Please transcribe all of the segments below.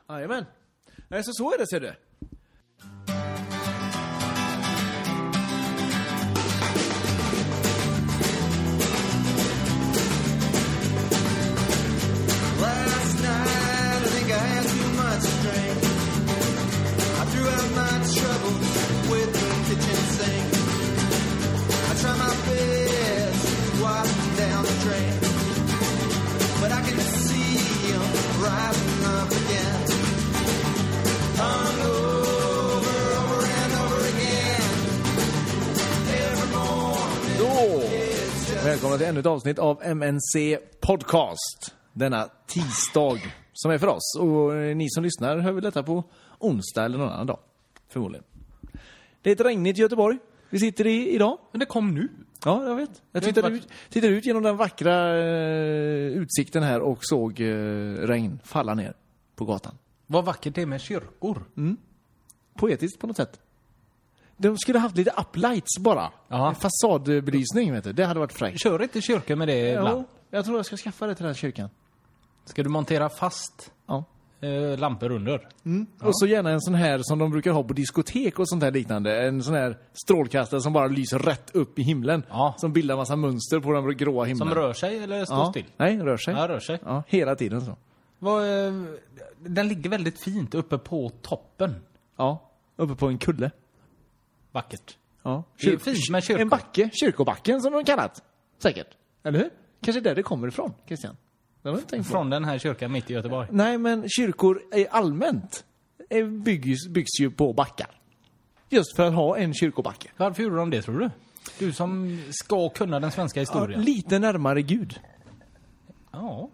Jajamän. Nej, så är det, ser du. Last night I think I had too much to drink. I threw out my troubles with the kitchen sink. I try my best to wash down the drain, but I can see them rising up again. Over and over again. Every morning. Då! Välkomna till ännu ett avsnitt av MNC Podcast. Denna tisdag som är för oss. Och ni som lyssnar hör väl detta på onsdag eller någon annan dag. Förmodligen. Det är ett regnigt Göteborg. Vi sitter i idag. Men det kom nu. Ja, jag vet. Jag tittade ut genom den vackra utsikten här och såg regn falla ner på gatan. Vad vackert det är med kyrkor. Poetiskt på något sätt. De skulle haft lite uplights bara. Ja. En fasadbelysning, vet du. Det hade varit fräckt. Kör inte kyrkan med det ibland. Ja, jag tror jag ska skaffa det till den här kyrkan. Ska du montera fast lampor under? Ja. Och så gärna en sån här som de brukar ha på diskotek och sånt där liknande. En sån här strålkastare som bara lyser rätt upp i himlen. Ja. Som bildar massa mönster på den gråa himlen. Som rör sig eller står still? Nej, rör sig. Ja, rör sig. Ja, hela tiden så. Den ligger väldigt fint uppe på toppen. Ja, uppe på en kulle. Vackert. Ja. Det är fint med kyrkor. En backe, kyrkobacken som de kallat. Säkert. Eller hur? Kanske där det kommer ifrån, Christian. Det har jag inte tänkt på. Från den här kyrkan mitt i Göteborg. Nej, men kyrkor är allmänt byggs ju på backar. Just för att ha en kyrkobacke. Varför gjorde de det, tror du? Du som ska kunna den svenska historien. Ja, lite närmare Gud. Ja.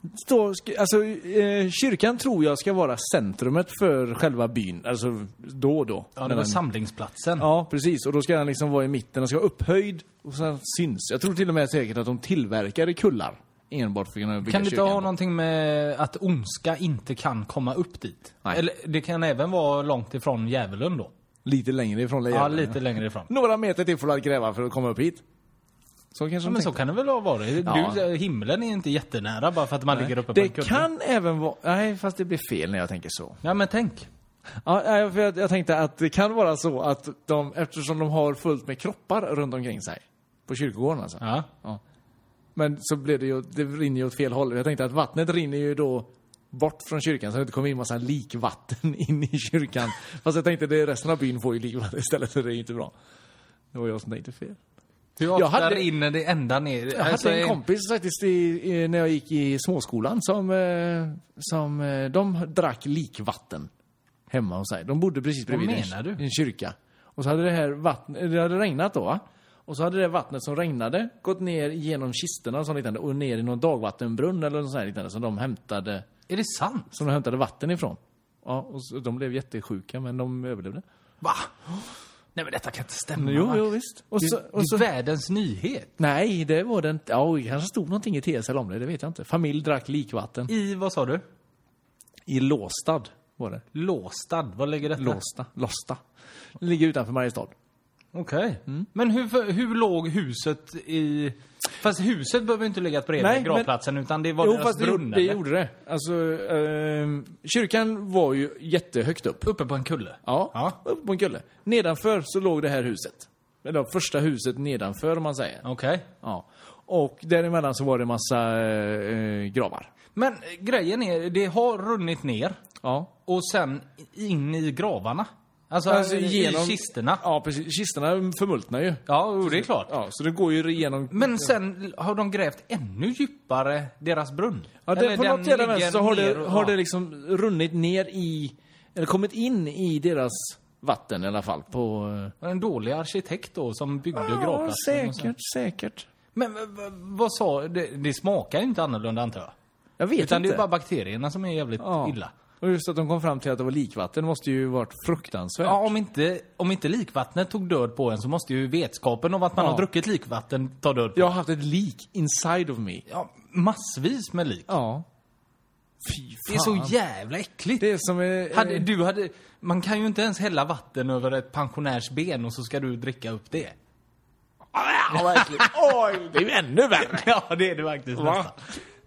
Kyrkan tror jag ska vara centrumet för själva byn. Alltså då och då. Ja, det var samlingsplatsen. Ja, precis. Och då ska den liksom vara i mitten. Den ska vara upphöjd och sen syns. Jag tror till och med säkert att de tillverkar kullar. Enbart för att kunna bygga Kan det inte kyrkan. ha någonting med att ondska inte kan komma upp dit? Nej. Eller det kan även vara långt ifrån djävulen då. Lite längre ifrån Ja, djävulen. lite längre ifrån. Några meter till får du gräva för att komma upp hit. Så kanske Men så kan det väl ha varit. Ja. Himlen är inte jättenära bara för att man ligger uppe på en Det kulle. kan även vara... Nej, fast det blir fel när jag tänker så. Ja, men tänk. Ja, för jag tänkte att det kan vara så att eftersom de har fullt med kroppar runt omkring sig på kyrkogården alltså. Ja. Men så blev det rinner ju åt fel håll. Jag tänkte att vattnet rinner ju då bort från kyrkan så det inte kommer in massa likvatten in i kyrkan. Fast jag tänkte att resten av byn får ju likvatten istället, så det är inte bra. Det var jag som tänkte fel. Hur ofta rinner det ända ner? Jag hade en kompis faktiskt när jag gick i småskolan som de drack likvatten hemma hos sig. De bodde precis bredvid en kyrka. Och så hade det här vattnet, det hade regnat då, va? Och så hade det vattnet som regnade gått ner genom kisterna och, liknande, och ner i någon dagvattenbrunn eller något sånt liknande som de hämtade. Är det sant? Som de hämtade vatten ifrån. Ja, och de blev jättesjuka men de överlevde. Va? Nej, men detta kan inte stämma. Jo, visst. Och så världens nyhet. Nej, det var den. Ja, det kanske stod någonting i TSL om det vet jag inte. Familj drack likvatten. I, vad sa du? I Låstad var det. Låstad, vad ligger detta? Låsta. Det ligger utanför Mariestad. Okej. Men hur låg huset i... Fast huset behöver inte ligga bredvid gravplatsen utan det var deras brunn. Det gjorde det. Alltså, kyrkan var ju jättehögt upp. Uppe på en kulle? Ja, uppe på en kulle. Nedanför så låg det här huset. Eller första huset nedanför, om man säger. Okej. Ja. Och däremellan så var det massa gravar. Men grejen är, det har runnit ner. Ja. Och sen in i gravarna. Alltså genom i kisterna. Ja, precis. Kisterna förmultnar ju. Ja, det är klart. Ja, så det går ju igenom. Men sen har de grävt ännu djupare deras brunn. Ja, på något jävla vänster så har det liksom runnit ner i, eller kommit in i deras vatten i alla fall. En dålig arkitekt då som byggde gravplatsen. Säkert. Men vad sa det smakar ju inte annorlunda, antar jag. Jag vet utan inte. Det är bara bakterierna som är jävligt illa. Och just att de kom fram till att det var likvatten måste ju varit fruktansvärt. Ja, om inte likvattnet tog död på en så måste ju vetskapen om att man har druckit likvatten ta död på. Jag har haft ett lik inside of me. Ja, massvis med lik. Ja. Fy fan. Det är så jävla äckligt. Det är som man kan ju inte ens hälla vatten över ett pensionärs ben och så ska du dricka upp det. Ja, verkligen. Oj, det är ju ännu värre. Ja, det är det faktiskt nästan.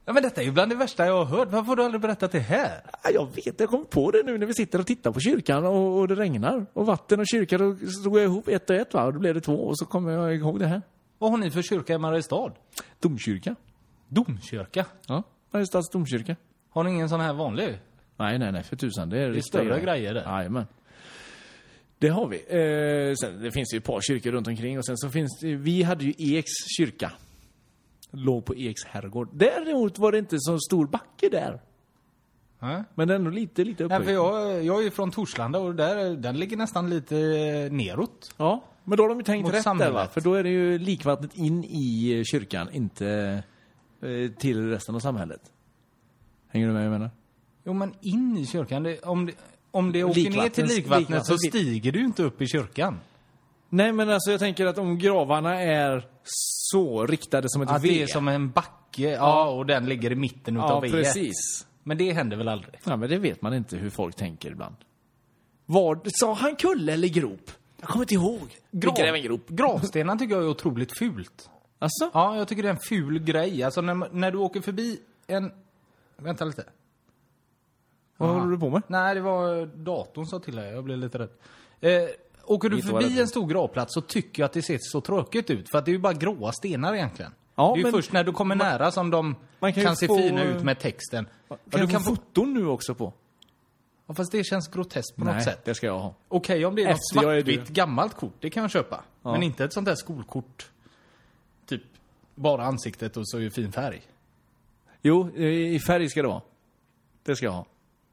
Ja, men detta är ju bland det värsta jag har hört. Varför har du aldrig berättat det här? Ja, jag vet, jag kom på det nu när vi sitter och tittar på kyrkan och det regnar. Och vatten och kyrka, då slog jag ihop 1 och 1, va? Och då blev det 2 och så kommer jag ihåg det här. Vad har ni för kyrka i Mariestad? Domkyrka. Domkyrka? Ja, Mariestads domkyrka. Har ni ingen sån här vanlig? Nej, för tusan. Det är större grejer där. Jajamän. Det har vi. Sen, det finns ju ett par kyrkor runt omkring. Och sen så finns det, vi hade ju Eks kyrka. Låg på Eks herrgård. Däremot var det inte så stor backe där. Men det är ändå lite upphöjt. Nej, för jag är ju från Torslanda och den ligger nästan lite neråt. Ja, men då har de ju tänkt rätt samhället. där, va? För då är det ju likvattnet in i kyrkan, inte till resten av samhället. Hänger du med, jag menar? Jo, men in i kyrkan. Om det åker ner till likvattnet så stiger du inte upp i kyrkan. Nej, men alltså jag tänker att om gravarna är så riktade som ett V. Det är som en backe, ja, och den ligger i mitten utav V. Ja, precis. Men det händer väl aldrig? Ja, men det vet man inte hur folk tänker ibland. Sa han kulle eller grop? Jag kommer inte ihåg. Gravstenar tycker jag är otroligt fult. Alltså? Ja, jag tycker det är en ful grej. Alltså när du åker förbi en... Vänta lite. Vad håller du på med? Nej, det var datorn sa till här. Jag blev lite rädd. Åker du förbi en stor gravplats så tycker jag att det ser så tråkigt ut. För att det är ju bara gråa stenar egentligen. Ja, det är ju först när du kommer nära som de kan se fina ut med texten. Du kan få foton nu också på. Ja, fast det känns groteskt på något sätt. Det ska jag ha. Okej, om det är något svartvitt gammalt kort, det kan jag köpa. Ja. Men inte ett sånt där skolkort. Typ bara ansiktet och så är ju fin färg. Jo, i färg ska det vara. Det ska jag ha.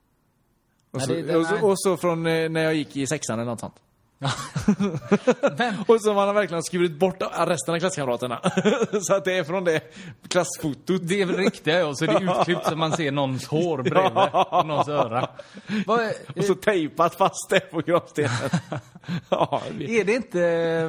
Och så från när jag gick i 6:an eller något sånt. Och så man har verkligen skurit bort resten av klasskamraterna. Så att det är från det klassfotot. Det är väl riktiga, och så är det utklippt så man ser någons hår bredvid och någons öra. Och så tejpat fast det på gravstenen. Är det inte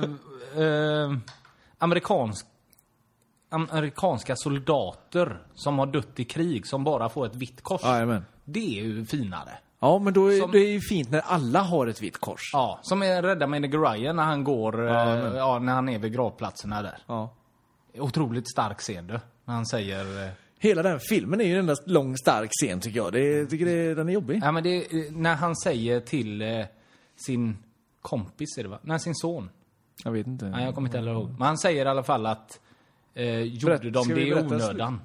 amerikanska soldater som har dött i krig som bara får ett vitt kors? Amen. Det är ju finare. Ja, men då är det är ju fint när alla har ett vitt kors. Ja, som är rädda med Ryan när han går, när han är vid gravplatserna där. Ja. Otroligt stark scen du, när han säger... Hela den filmen är ju en enda lång stark scen tycker jag. Den är jobbig. Ja, men det är när han säger till sin kompis, är det va? Nej, sin son. Jag vet inte. Nej, jag kommer inte heller ihåg. Men han säger i alla fall att gjorde de det i onödan.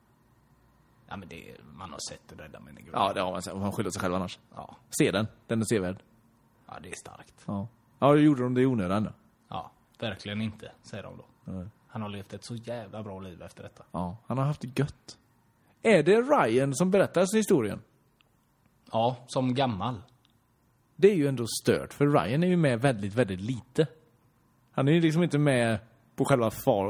Ja, men man har sett det rädda med en. Ja, det har man sett. Man skyller sig själv annars. Ja. Se den. Den är sevärd. Ja, det är starkt. Ja, då gjorde de det i onödan då. Ja, verkligen inte, säger de då. Nej. Han har levt ett så jävla bra liv efter detta. Ja, han har haft det gött. Är det Ryan som berättar sin historien? Ja, som gammal. Det är ju ändå stört, för Ryan är ju med väldigt, väldigt lite. Han är ju liksom inte med på själva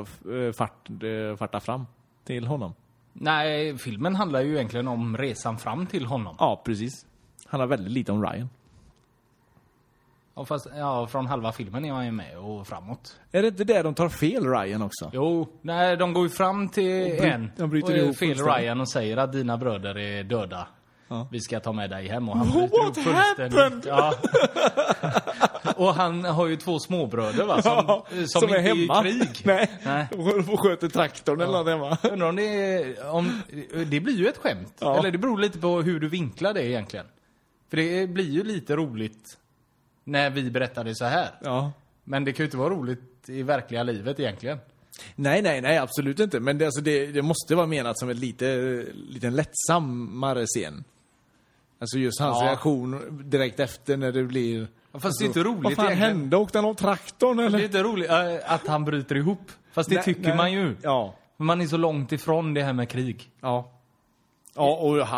farta fram till honom. Nej, filmen handlar ju egentligen om resan fram till honom. Ja, precis. Han har väldigt lite om Ryan. Ja, fast från halva filmen är han ju med och framåt. Är det inte där de tar fel Ryan också? Jo, nej, de går ju fram till de bryter ihop fel Ryan och säger att dina bröder är döda. Ja. Vi ska ta med dig hem. Och han What happened? Ja. Och han har ju 2 småbröder va? Som inte är hemma. I krig. Nej. De sköter traktorn eller något hemma. Undrar om det blir ju ett skämt. Ja. Eller det beror lite på hur du vinklar det egentligen. För det blir ju lite roligt när vi berättar det så här. Ja. Men det kan ju inte vara roligt i verkliga livet egentligen. Nej, absolut inte. Men det måste vara menat som ett lite lättsammare scen. Alltså just hans reaktion direkt efter när det blir... Fast det är inte roligt vad fan egentligen. Hände? Åkte han av traktorn eller? Det är inte roligt att han bryter ihop. Fast det tycker man ju. Ja. Man är så långt ifrån det här med krig. Ja. Ja, och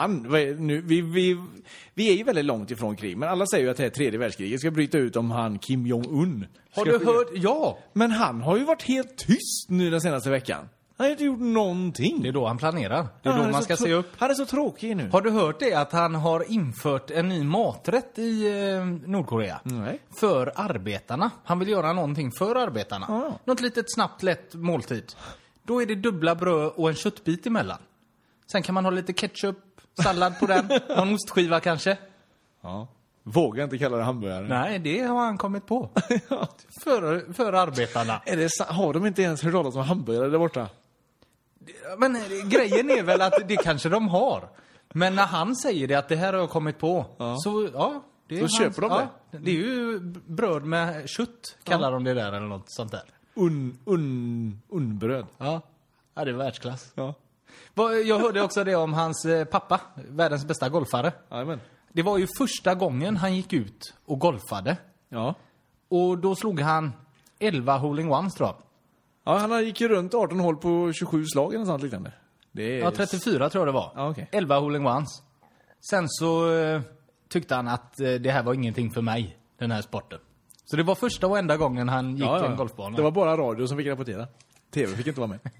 vi är ju väldigt långt ifrån krig. Men alla säger ju att det här 3:e världskriget ska bryta ut om han Kim Jong-Un. Har du hört? Ja. Men han har ju varit helt tyst nu den senaste veckan. Han har inte gjort någonting. Det är då han planerar. Det är då man ska se upp. Han är så tråkig nu. Har du hört det? Att han har infört en ny maträtt i Nordkorea. Nej. För arbetarna. Han vill göra någonting för arbetarna. Ja. Något litet snabbt, lätt måltid. Då är det dubbla bröd och en köttbit emellan. Sen kan man ha lite ketchup, sallad på den. Någon ostskiva kanske. Ja. Vågar inte kalla det hamburgare. Nej, det har han kommit på. För arbetarna. Har de inte ens hört talas om hamburgare där borta? Men grejen är väl att det kanske de har. Men när han säger det, att det här har jag kommit på, så ja, det är så köper de det. Det är ju bröd med kött, kallar de det där eller något sånt där. Unbröd. Ja, det är världsklass. Ja. Jag hörde också det om hans pappa, världens bästa golfare. Amen. Det var ju första gången han gick ut och golfade. Ja. Och då slog han 11 hole-in-ones, tror jag. Ja, han gick ju runt 18 hål på 27 slag eller sånt liknande. Det är... Ja, 34 tror jag det var. Ja, okay. 11 hole-in-ones. Sen så tyckte han att det här var ingenting för mig, den här sporten. Så det var första och enda gången han gick till en golfbana. Det var bara radio som fick rapportera. TV fick inte vara med.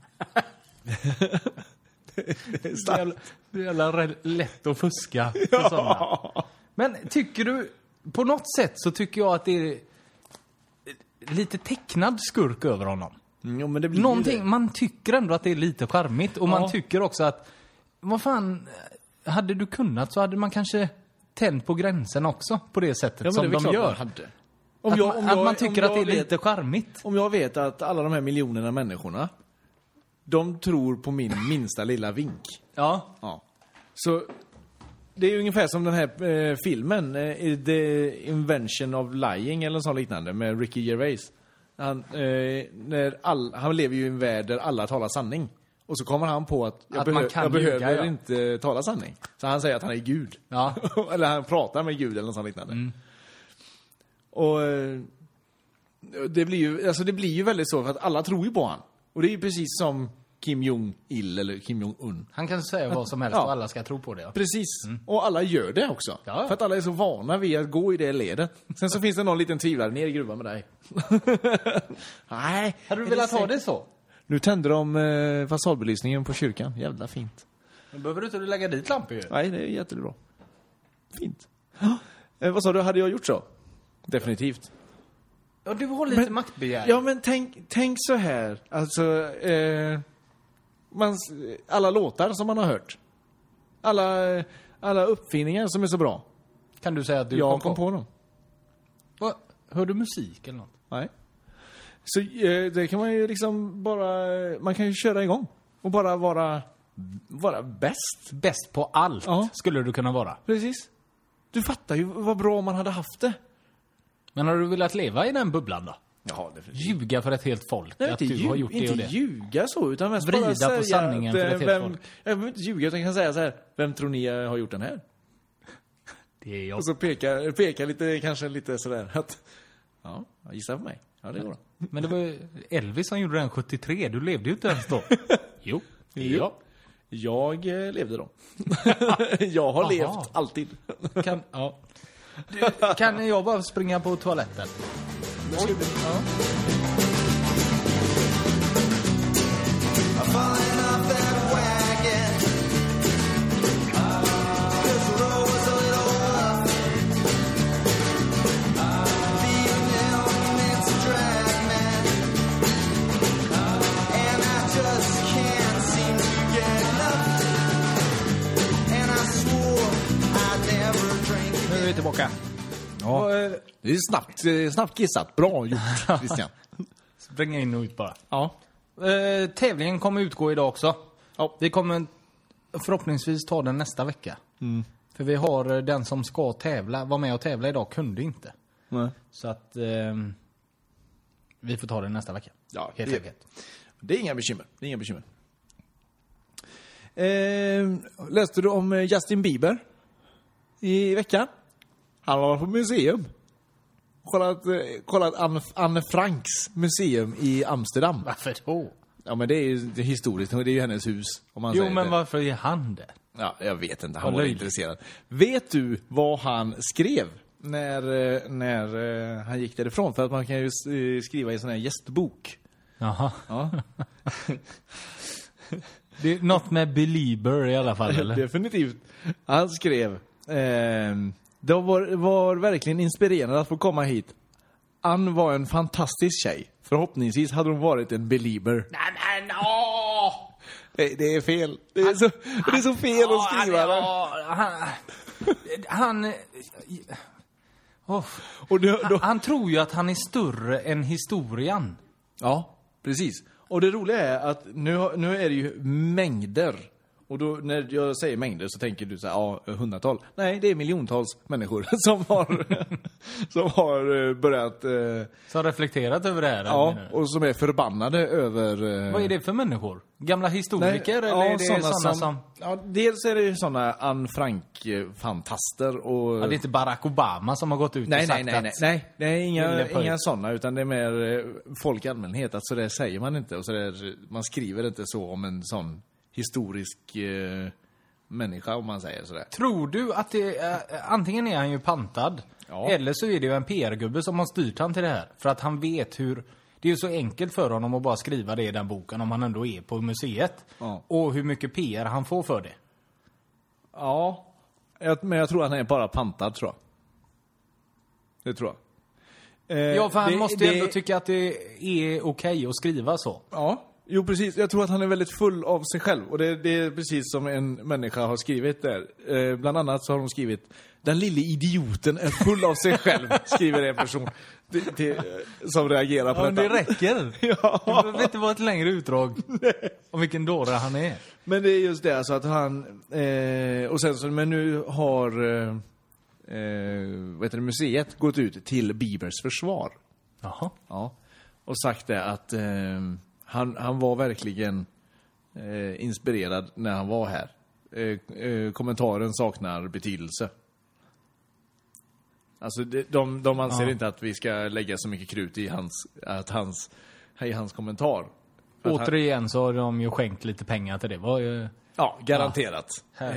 Det är jävla lätt att fuska för sådana. Men tycker du, på något sätt så tycker jag att det är lite tecknad skurk över honom. Ja, men det blir någonting, man tycker ändå att det är lite charmigt. Och man tycker också att, vad fan, hade du kunnat så hade man kanske tänt på gränsen också på det sättet som de gör. Att man tycker att det är lite charmigt. Om jag vet att alla de här miljonerna människorna, de tror på min minsta lilla vink. Ja. Så det är ungefär som den här filmen The Invention of Lying eller något sånt liknande med Ricky Gervais. Han lever ju i en värld där alla talar sanning. Och så kommer han på att jag behöver inte tala sanning. Så han säger att han är Gud. Ja. Eller han pratar med Gud eller något sånt liknande. Och det blir ju väldigt så för att alla tror ju på han. Och det är ju precis som Kim Jong-il eller Kim Jong-un. Han kan säga vad som helst och alla ska tro på det. Ja. Precis. Och alla gör det också. Ja. För att alla är så vana vid att gå i det ledet. Sen så finns det någon liten tvivlare ner i gruvan med dig. Nej. Hade du velat ha det så? Nu tänder de fasadbelysningen på kyrkan. Jävla fint. Men behöver du inte lägga dit lampor ju? Nej, det är jättebra. Fint. Vad sa du, hade jag gjort så? Definitivt. Ja, du har lite maktbegär. Ja, men tänk så här. Alltså, alla låtar som man har hört. Alla uppfinningar som är så bra. Kan du säga att du kom på dem? Vad? Hör du musik eller något? Nej. Så det kan man ju liksom bara... Man kan ju köra igång. Och bara vara bäst. Bäst på allt skulle du kunna vara. Precis. Du fattar ju vad bra man hade haft det. Men har du velat leva i den bubblan då? Ja, definitivt. Ljuga för ett helt folk. Nej, att du har gjort det och det. Inte ljuga så, utan mest vrida bara säga på sanningen för ett helt folk. Jag vill inte ljuga, utan jag kan säga så här. Vem tror ni har gjort den här? Det är jag. Och så peka lite, kanske lite sådär. Att, gissa på mig. Ja, det går bra. Men det var Elvis som gjorde den 73. Du levde ju inte ens då. Jo. Jag levde då. Jag har levt alltid. Kan jag bara springa på toaletten? Oj. Nu är vi tillbaka. Ja, det är snabbt gissat. Bra gjort, Christian. Springa in och ut bara. Ja. Tävlingen kommer utgå idag också. Ja. Vi kommer förhoppningsvis ta den nästa vecka. För vi har den som ska vara med och tävla idag kunde inte. Nej. Så att vi får ta den nästa vecka. Ja, helt enkelt. Det är inga bekymmer. Läste du om Justin Bieber i veckan? Han var på museum. Kollat Anne Franks museum i Amsterdam. Varför då? Ja, men det är ju historiskt. Det är ju hennes hus. Om man säger men det. Varför är han det? Ja, jag vet inte. Han var intresserad. Vet du vad han skrev när han gick därifrån? För att man kan ju skriva i sån här gästbok. Jaha. Ja. Det är något med belieber i alla fall, eller? Definitivt. Han skrev... det var verkligen inspirerande att få komma hit. Ann var en fantastisk tjej. Förhoppningsvis hade hon varit en belieber. Nej, men åh! Det är fel. Det är så fel att skriva det. Han tror ju att han är större än historien. Ja, precis. Och det roliga är att nu är det ju mängder. Och då, när jag säger mängder så tänker du så här, ja, hundratal. Nej, det är miljontals människor som har börjat... som har reflekterat över det här? Ja, och som är förbannade över... Vad är det för människor? Gamla historiker? Nej, eller är det sådana som... Ja, dels är det ju sådana Anne Frank-fantaster och... Ja, det är inte Barack Obama som har gått ut och sagt att... Nej, det är inga sådana, utan det är mer folk i allmänhet. Att så där säger man inte. Och så där, man skriver inte så om en sån historisk människa, om man säger sådär. Tror du att antingen är han ju pantad, eller så är det ju en PR-gubbe som har styrt han till det här. För att han vet hur... Det är ju så enkelt för honom att bara skriva det i den boken om han ändå är på museet. Ja. Och hur mycket PR han får för det. Ja, men jag tror att han är bara pantad, tror jag. Det tror jag. Ja, för han måste ju ändå tycka att det är okej att skriva så. Ja. Jo, precis. Jag tror att han är väldigt full av sig själv. Och det är precis som en människa har skrivit där. Bland annat så har de skrivit: den lille idioten är full av sig själv, skriver en person som reagerar på detta. Men det räcker. Ja. Det behöver inte vara ett längre utdrag om vilken dåre han är. Men det är just det, alltså att han... och sen så, men nu har museet gått ut till Biebers försvar. Jaha. Ja. Och sagt det att... Han var verkligen inspirerad när han var här. Kommentaren saknar betydelse. Alltså de anser inte att vi ska lägga så mycket krut i hans kommentar. Återigen så har de ju skänkt lite pengar till det. Var ju... Ja, garanterat.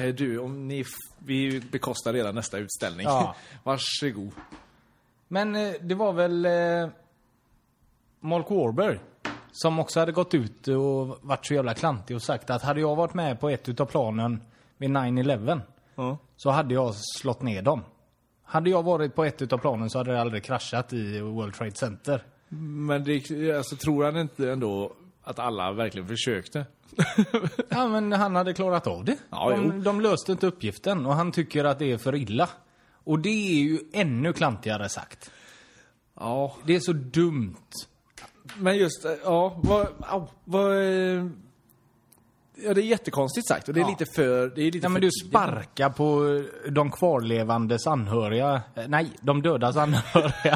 Vi bekostar redan nästa utställning. Ja. Varsågod. Men det var väl Mark Wahlberg som också hade gått ut och varit så jävla klantig och sagt att hade jag varit med på ett utav planen vid 9/11 så hade jag slått ner dem. Hade jag varit på ett utav planen så hade det aldrig kraschat i World Trade Center. Men alltså, tror han inte ändå att alla verkligen försökte? Ja, men han hade klarat av det. Ja, de löste inte uppgiften och han tycker att det är för illa. Och det är ju ännu klantigare sagt. Ja. Det är så dumt. Men just, ja, det är jättekonstigt sagt. Och det är lite för... men du sparkar på de kvarlevandes anhöriga. Nej, de dödas anhöriga.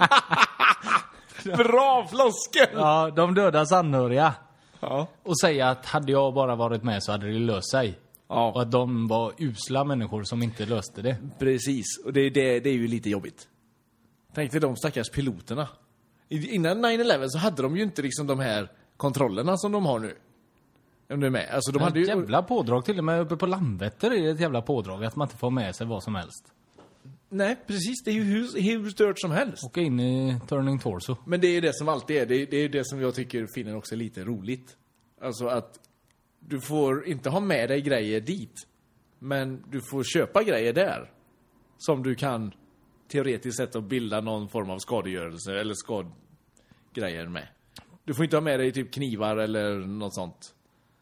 Bra floskel! Ja, de dödas anhöriga. Ja. Och säga att hade jag bara varit med så hade det löst sig. Ja. Och att de var usla människor som inte löste det. Precis, och det är ju lite jobbigt. Tänk dig de stackars piloterna. Innan 9/11 så hade de ju inte liksom de här kontrollerna som de har nu. Om du är med. Alltså, de hade ju... jävla pådrag, till och med uppe på Landvetter är det ett jävla pådrag att man inte får med sig vad som helst. Nej, precis. Det är ju hur stört som helst. Åka in i Turning Torso. Men det är ju det som alltid är. Det är det som jag tycker finner också lite roligt. Alltså att du får inte ha med dig grejer dit. Men du får köpa grejer där. Som du kan teoretiskt sett att bilda någon form av skadegörelse eller skadgrejer med. Du får inte ha med dig typ knivar eller något sånt.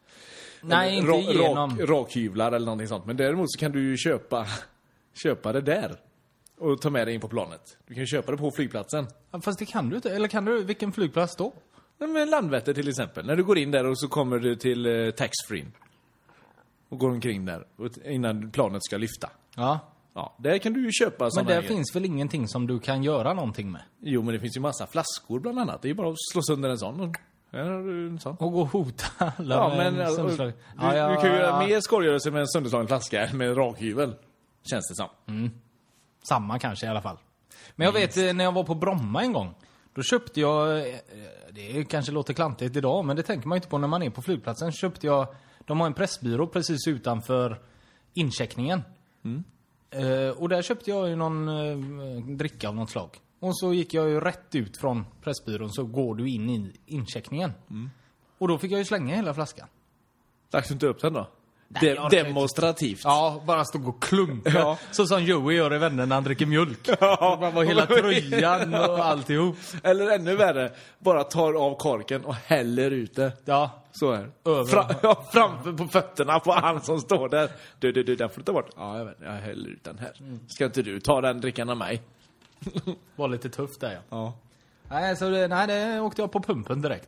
Nej, inte genom... Rakhyvlar eller någonting sånt. Men däremot så kan du ju köpa det där. Och ta med dig in på planet. Du kan ju köpa det på flygplatsen. Ja, fast det kan du inte. Eller kan du? Vilken flygplats då? Men Landvetter till exempel. När du går in där och så kommer du till tax-free. Och går omkring där. Innan planet ska lyfta. Ja. Ja, där kan du ju köpa såna. Men där finns väl ingenting som du kan göra någonting med? Jo, men det finns ju massa flaskor bland annat. Det är ju bara att slå sönder en sån. Och gå och hota alla. Ja, men du kan ju göra mer skadegörelse med en sönderslagen flaska med en rakhyvel. Känns det som. Mm. Samma kanske i alla fall. Men jag vet, när jag var på Bromma en gång, då köpte jag, det kanske låter klantigt idag, men det tänker man ju inte på när man är på flygplatsen. Köpte jag, de har en pressbyrå precis utanför incheckningen. Mm. Och där köpte jag ju någon dricka av något slag. Och så gick jag ju rätt ut från pressbyrån, så går du in i incheckningen. Mm. Och då fick jag ju slänga hela flaskan. Dags du inte upp den då? Demonstrativt. Ja, bara stod och klunka. Ja. Så som Joey gör i Vänner när han dricker mjölk. Ja. Man var hela tröjan och alltihop. Eller ännu värre, bara tar av korken och häller ut det. Ja. Så här. Framför på fötterna på han som står där. Du, den får du ta bort. Ja, jag vet. Jag häller ut den här. Ska inte du ta den drickan av mig? Var lite tufft där, ja. Nej, det åkte jag på pumpen direkt.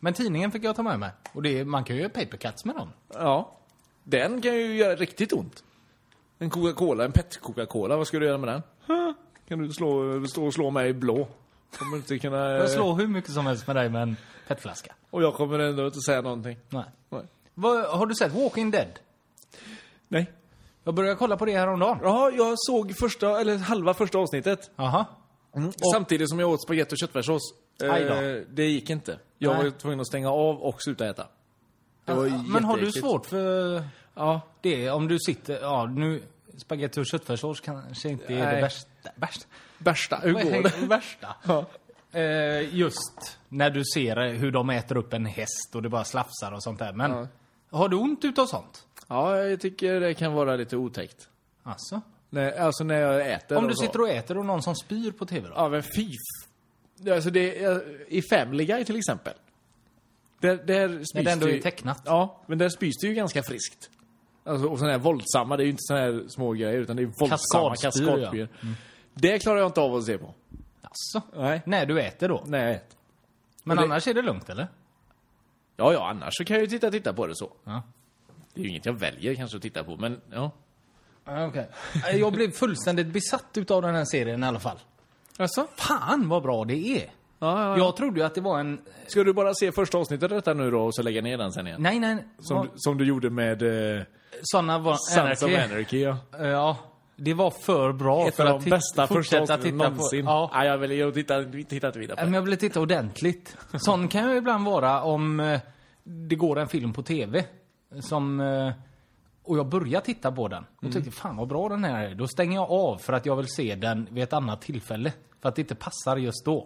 Men tidningen fick jag ta med mig. Och man kan ju göra paper cuts med dem. Ja. Den kan ju göra riktigt ont. En Coca-Cola, en pet-Coca-Cola. Vad ska du göra med den? Kan du stå och slå mig i blå? Kommer inte kunna... Jag slår hur mycket som helst med dig med en petflaska. Och jag kommer ändå inte säga någonting. Nej. Har du sett Walking Dead? Nej. Jag började kolla på det här om dagen. Ja, jag såg halva första avsnittet. Aha. Samtidigt som jag åt spagetti och köttfärssås. Det gick inte. Jag var tvungen att stänga av och sluta äta. Det var men har du svårt för det? Om du sitter... nu spagetti och köttfärssås kanske inte är det värsta. Hur går det? Värsta. Ja. Just när du ser hur de äter upp en häst och det bara slafsar och sånt där. Men har du ont utav sånt? Ja, jag tycker det kan vara lite otäckt. Alltså när jag äter. Om du sitter och äter och någon som spyr på tv då? Ja, men fy. Alltså i Family Guy till exempel. Där spys det ändå är tecknat. Ja, men där spys det ju ganska friskt. Alltså, och sådana här våldsamma, det är ju inte sådana här små grejer utan det är våldsamma kaskadspyr. Ja. Det klarar jag inte av att se på. Alltså? Nej. Nej, du äter då? Nej, jag äter. Men annars är det lugnt, eller? Ja, annars så kan jag ju titta på det så. Ja. Det är ju inget jag väljer kanske att titta på, men ja. Okej. Jag blev fullständigt besatt utav den här serien i alla fall. Alltså? Fan vad bra det är. Ja. Jag trodde ju att det var en... Ska du bara se första avsnittet av detta nu då och så lägga ner den sen igen? Nej. Som du gjorde med... Såna var Sons of Anarchy, ja. Ja, det var för bra för att bästa fortsätta titta någonsin. På. Ja. Nej, jag vill titta vidare på. Men jag vill titta ordentligt. Sån kan ju ibland vara om det går en film på tv som... Och jag börjar titta på den. Och tyckte, fan vad bra den här är. Då stänger jag av för att jag vill se den vid ett annat tillfälle. För att det inte passar just då.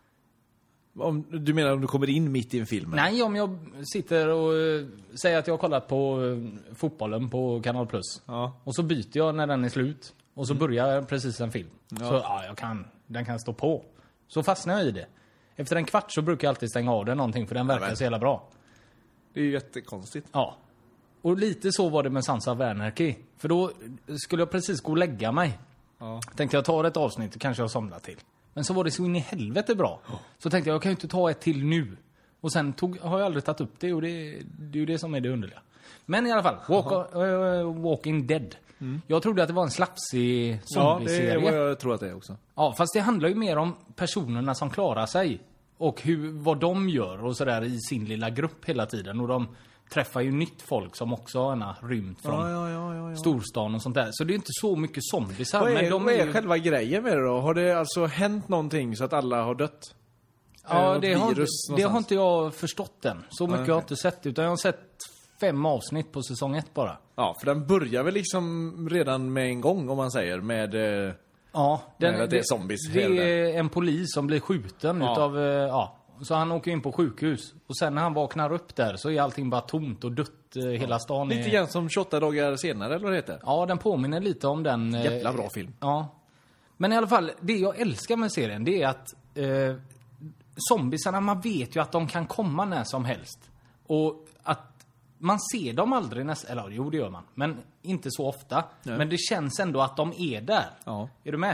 Du menar om du kommer in mitt i en film? Nej, om jag sitter och säger att jag har kollat på fotbollen på Kanal Plus. Ja. Och så byter jag när den är slut. Och så börjar precis en film. Ja. Så den kan stå på. Så fastnar jag i det. Efter en kvart så brukar jag alltid stänga av den någonting. För den verkar så jävla bra. Det är ju jättekonstigt. Ja. Och lite så var det med Sons of Anarchy. För då skulle jag precis gå och lägga mig. Ja. Tänkte jag tar ett avsnitt och kanske jag somnar till. Men så var det så in i helvete bra. Så tänkte jag kan ju inte ta ett till nu. Och sen har jag aldrig tagit upp det. Och det är ju det som är det underliga. Men i alla fall, Walking Dead. Jag trodde att det var en slafsig zombie-serie. Ja, det är vad jag tror att det är också. Ja, fast det handlar ju mer om personerna som klarar sig. Och vad de gör och sådär i sin lilla grupp hela tiden. Och de träffar ju nytt folk som också har rymt från storstan och sånt där. Så det är inte så mycket zombies här. Vad är själva grejen med det då? Har det alltså hänt någonting så att alla har dött? Ja, det har inte jag förstått än. Så mycket har jag inte sett. Utan jag har sett 5 avsnitt på säsong 1 bara. Ja, för den börjar väl liksom redan med en gång om man säger. Med det är zombies. Det är en polis som blir skjuten utav... Så han åker in på sjukhus. Och sen när han vaknar upp där så är allting bara tomt och dött. Hela stan lite grann som 28 dagar senare, eller vad det heter? Ja, den påminner lite om den. Jävla bra film. Ja. Men i alla fall, det jag älskar med serien, det är att zombiesarna, man vet ju att de kan komma när som helst. Och att man ser dem aldrig eller jo, det gör man. Men inte så ofta. Nej. Men det känns ändå att de är där. Ja. Är du med?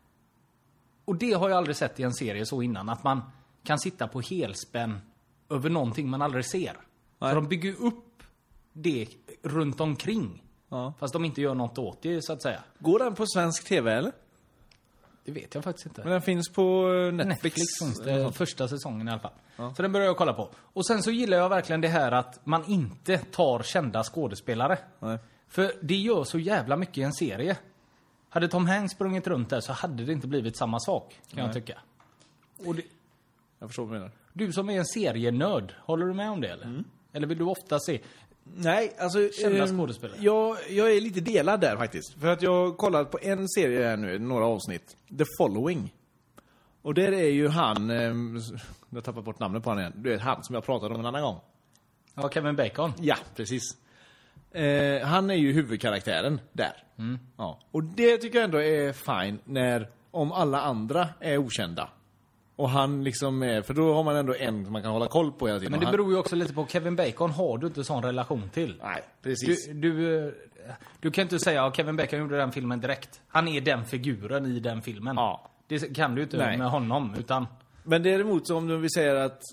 Och det har jag aldrig sett i en serie så innan. Att man kan sitta på helspänn över någonting man aldrig ser. Nej. För de bygger upp det runt omkring. Ja. Fast de inte gör något åt det, så att säga. Går den på svensk tv, eller? Det vet jag faktiskt inte. Men den finns på Netflix finns det, första säsongen i alla fall. Ja. Så den börjar jag kolla på. Och sen så gillar jag verkligen det här att man inte tar kända skådespelare. Nej. För det gör så jävla mycket i en serie. Hade Tom Hanks sprungit runt där så hade det inte blivit samma sak, kan jag tycka. Och jag förstår vad du menar. Du som är en serienörd, håller du med om det eller? Eller vill du ofta se... Nej, alltså... Kända skådespelare? Jag är lite delad där faktiskt. För att jag har kollat på en serie här nu, några avsnitt. The Following. Och där är ju han... jag tappar bort namnet på han igen. Du vet, han som jag pratade om en annan gång. Ja, Kevin Bacon. Ja, precis. Han är ju huvudkaraktären där. Ja. Och det tycker jag ändå är fine om alla andra är okända. Och han liksom är... För då har man ändå en som man kan hålla koll på hela tiden. Men det beror ju också lite på... Kevin Bacon har du inte sån relation till. Nej, precis. Du kan inte säga att Kevin Bacon gjorde den filmen direkt. Han är den figuren i den filmen. Ja. Det kan du inte med honom, utan... Men däremot så om vi säger att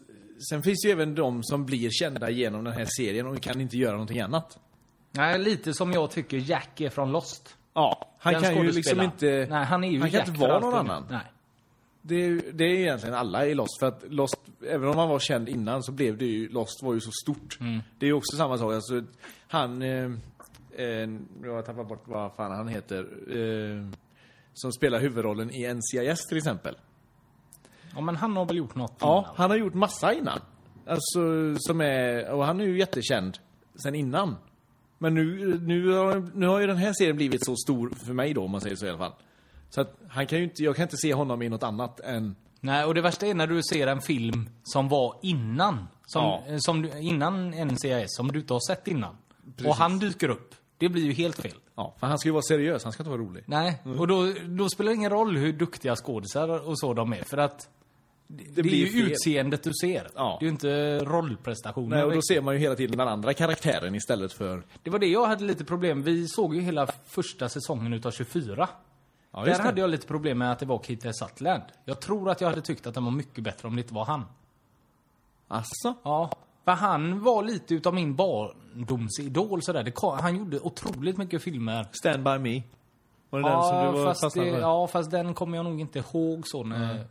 sen finns ju även de som blir kända genom den här serien och kan inte göra någonting annat. Nej, lite som jag tycker Jack är från Lost. Ja, han kan ju liksom inte... Nej, han är ju han kan Jack inte vara någon annan. Nej. Det är egentligen alla i Lost. För att Lost, även om han var känd innan, så blev det ju... Lost var ju så stort. Det är ju också samma sak. Alltså, han... jag tappar bort vad fan han heter. Som spelar huvudrollen i NCIS till exempel. Ja, men han har väl gjort något Ja, innan. han har gjort massa innan. Alltså, och han är ju jättekänd sen innan. Men nu har ju den här serien blivit så stor för mig då, om man säger så i alla fall. Så att han kan ju inte, jag kan inte se honom i något annat än... Nej, och det värsta är när du ser en film som var innan. Innan NCIS, som du inte har sett innan. Precis. Och han dyker upp. Det blir ju helt fel. Ja, för han ska ju vara seriös, han ska inte vara rolig. Nej, och då spelar det ingen roll hur duktiga skådisar och så de är. För att det blir ju fel. Utseendet du ser. Ja. Det är ju inte rollprestationer. Nej, och då ser man ju hela tiden den andra karaktären istället för... Det var det jag hade lite problem. Vi såg ju hela första säsongen utav 24. Ja, där hade jag lite problem med att det var Keith Sutherland. Jag tror att jag hade tyckt att den var mycket bättre om det inte var han. Asså? Ja, för han var lite utav min barndomsidol sådär. Han gjorde otroligt mycket filmer. Stand By Me. Var det den som du var fastnad med? Ja, fast den kommer jag nog inte ihåg så när...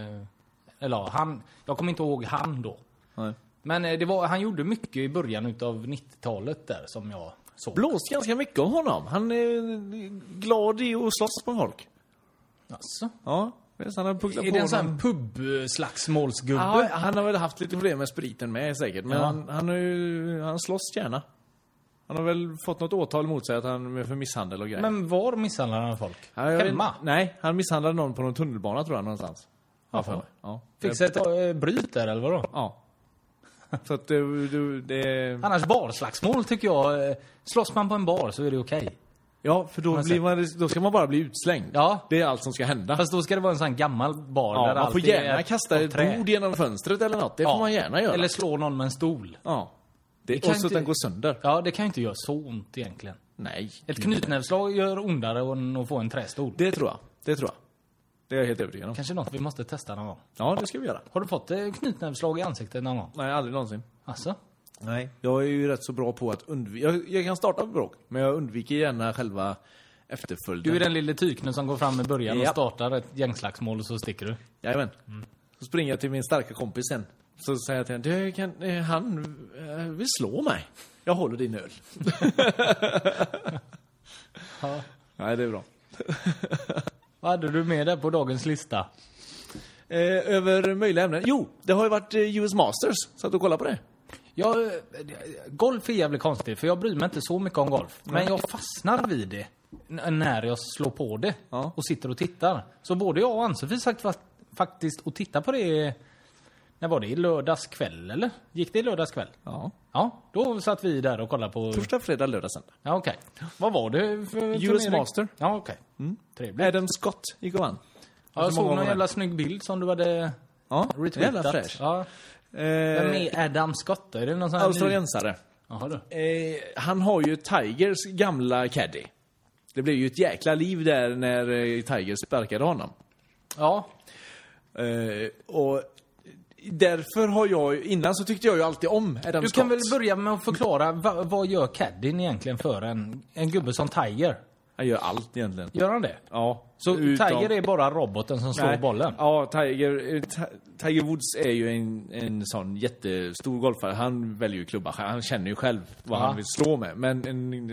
jag kommer inte ihåg han då. Nej. Men han gjorde mycket i början utav 90-talet där som jag såg. Blåst ganska mycket om honom. Han är glad i att slåss på folk. Alltså? Ja. Han har är det en sån här pub-slagsmålsgubbe? Ja, han har väl haft lite problem med spriten med säkert. Men han slåss gärna. Han har väl fått något åtal mot sig att han för misshandel och grejer. Men var misshandlar han folk? Hemma? Nej, han misshandlade någon på någon tunnelbana tror jag någonstans. Ja. Fick sig ett bryt där eller vadå? Ja. Så att det... Annars barslagsmål tycker jag. Slåss man på en bar så är det okej. Ja, för då ska man bara bli utslängd. Ja. Det är allt som ska hända. Fast då ska det vara en sån gammal bar. Ja, där man får gärna kasta ett bord genom fönstret eller något. Det får man gärna göra. Eller slå någon med en stol. Ja. Och så att den går sönder. Ja, det kan ju inte göra så ont egentligen. Nej. Ett knytnävslag gör ondare än att få en trästol. Det tror jag. Det är jag helt övertygad om. Kanske något vi måste testa någon gång. Ja, det ska vi göra. Har du fått knytnävslag i ansiktet någon gång? Nej, aldrig någonsin. Asså? Nej, jag är ju rätt så bra på att undvika... Jag kan starta bråk, men jag undviker gärna själva efterföljden. Du är den lille tyknen som går fram i början och startar ett gängslagsmål och så sticker du. Jajamän. Så springer jag till min starka kompis sen. Så säger jag till honom, han vill slå mig. Jag håller din öl. Ja. Nej, det är bra. Vad hade du med där på dagens lista? Över möjliga ämnen. Jo, det har ju varit US Masters. Så att du kollar på det. Ja, golf är jävligt konstigt. För jag bryr mig inte så mycket om golf. Men jag fastnar vid det när jag slår på det. Ja. Och sitter och tittar. Så både jag och Ann-Sofie sagt faktiskt och titta på det. När var det? I lördags kväll, eller? Gick det i lördags kväll? Ja. Ja, då satt vi där och kollade på... Torsdag, fredag, lördag, söndag. Ja, okej. Vad var det för US Master. Ja, okej. Trevligt. Adam Scott gick och vann. Ja, jag såg någon jävla snygg bild som du hade retweetat. Jävla fräsch. Ja. Vem är Adam Scott då? Är det någon sån här australiensare. Jaha då. Han har ju Tigers gamla caddy. Det blev ju ett jäkla liv där när Tigers sparkade honom. Ja. Och därför har jag... Innan så tyckte jag ju alltid om Adam Scott. Du kan väl börja med att förklara vad gör caddien egentligen för en gubbe som Tiger? Han gör allt egentligen. Gör han det? Ja. Så Tiger är bara roboten som slår bollen? Ja, Tiger Woods är ju en sån jättestor golfare. Han väljer ju klubba. Han känner ju själv vad han vill slå med. Men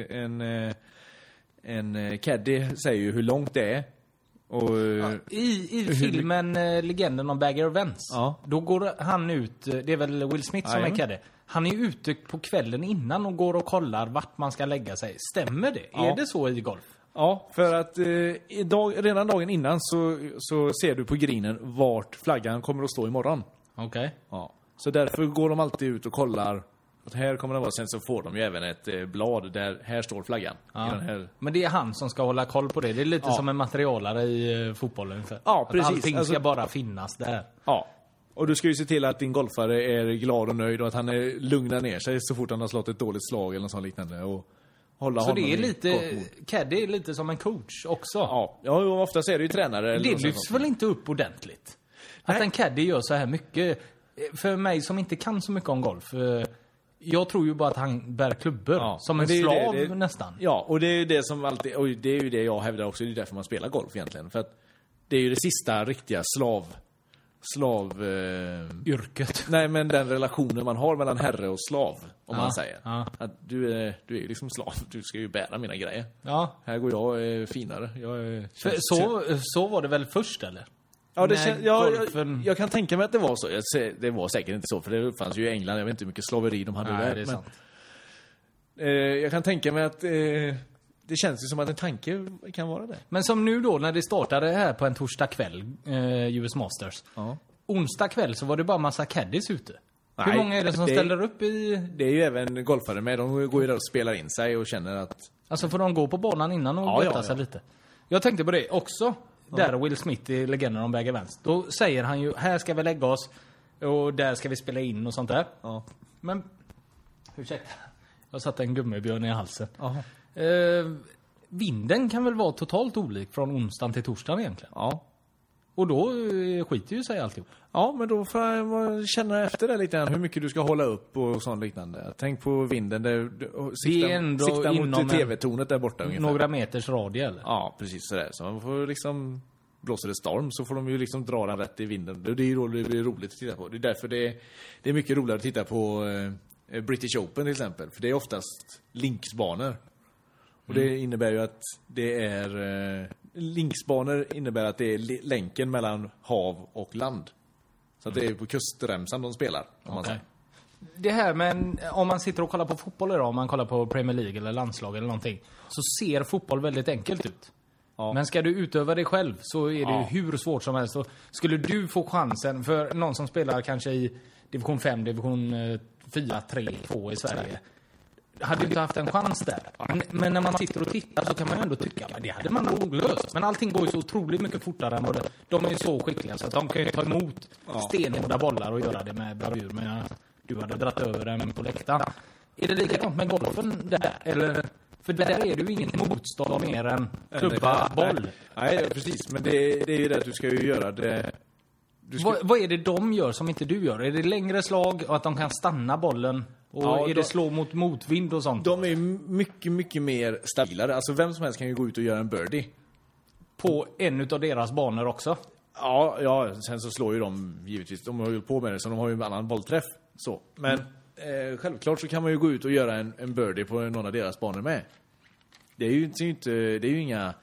en caddy säger ju hur långt det är. Och, I filmen Legenden om Bagger Vance, då går han ut, det är väl Will Smith som är caddy. Han är ute på kvällen innan och går och kollar vart man ska lägga sig. Stämmer det? Ja. Är det så i golf? Ja, för att redan dagen innan så ser du på grinen vart flaggan kommer att stå imorgon. Okej. Ja. Så därför går de alltid ut och kollar att här kommer det vara. Sen så får de ju även ett blad där här står flaggan. Ja. I den här... Men det är han som ska hålla koll på det. Det är lite som en materialare i fotbollen. Ja, precis. Att allting ska bara finnas där. Ja. Och du ska ju se till att din golfare är glad och nöjd och att han lugnar ner sig så fort han har slått ett dåligt slag eller något sånt liknande. Och hålla så det är lite... Caddy är lite som en coach också. Ja, och ofta är det ju tränare. Det lyfts väl inte upp ordentligt? Att en caddy gör så här mycket... För mig som inte kan så mycket om golf, jag tror ju bara att han bär klubbor som en slav nästan. Ja, och det är ju det som alltid, och det är ju det jag hävdar också, det är därför man spelar golf egentligen. För att det är ju det sista riktiga yrket. Nej, men den relationen man har mellan herre och slav, om man säger. Ja. Att du är ju liksom slav, du ska ju bära mina grejer. Ja. Här går jag finare. Så var det väl först, eller? Ja, jag kan tänka mig att det var så. Det var säkert inte så, för det fanns ju i England. Jag vet inte hur mycket slaveri de hade där. Det är sant. Jag kan tänka mig att det känns ju som att en tanke kan vara det. Men som nu då, när det startade här på en torsdag kväll, US Masters. Ja. Onsdag kväll så var det bara massa caddies ute. Nej, hur många är det som ställer upp i... Det är ju även golfare med. De går ju där och spelar in sig och känner att... Alltså får de gå på banan innan och veta sig lite. Jag tänkte på det också. Där Will Smith är legenden om Bag Events. Då säger han ju, här ska vi lägga oss och där ska vi spela in och sånt där. Ja. Men, ursäkta. Jag satte en gummibjörn i halsen. Vinden kan väl vara totalt olik från onsdagen till torsdagen egentligen. Ja. Och då skiter ju sig alltihop. Ja, men då får man känna efter det lite grann, hur mycket du ska hålla upp och sånt liknande. Tänk på vinden där, sikta mot tv-tornet där borta ungefär. Några meters radie eller? Ja, precis sådär. Så man får liksom, blåser det storm så får de ju liksom dra den rätt i vinden. Det är ju roligt att titta på. Det är därför det är mycket roligare att titta på British Open till exempel. För det är oftast linksbanor. Och det innebär ju att det är... linksbanor innebär att det är länken mellan hav och land. Så att det är på kustremsan de spelar, om man säger. Det här med, om man sitter och kollar på fotboll idag, om man kollar på Premier League eller landslag eller någonting, så ser fotboll väldigt enkelt ut. Ja. Men ska du utöva det själv så är det hur svårt som helst. Så skulle du få chansen för någon som spelar kanske i division 5, division 4, 3, 2 i Sverige, hade ju inte haft en chans där. Men när man sitter och tittar så kan man ändå tycka att det hade man nog löst. Men allting går ju så otroligt mycket fortare än både. De är ju så skickliga så att de kan ju ta emot stenhårda bollar och göra det med bravur. Men du hade dratt över den på läktaren. Är det likadant med golfen där? Eller, för där är det ju inget motstånd mer än klubba boll. Nej, precis. Men det är ju det att du ska ju göra det. Vad är det de gör som inte du gör? Är det längre slag och att de kan stanna bollen? Och är det slå mot motvind och sånt? De är mycket, mycket mer stabilare. Alltså vem som helst kan ju gå ut och göra en birdie. På en utav deras banor också? Ja, sen så slår ju de givetvis. De har ju på med det så de har ju en annan bollträff. Så. Men självklart så kan man ju gå ut och göra en birdie på någon av deras banor med. Det är ju inga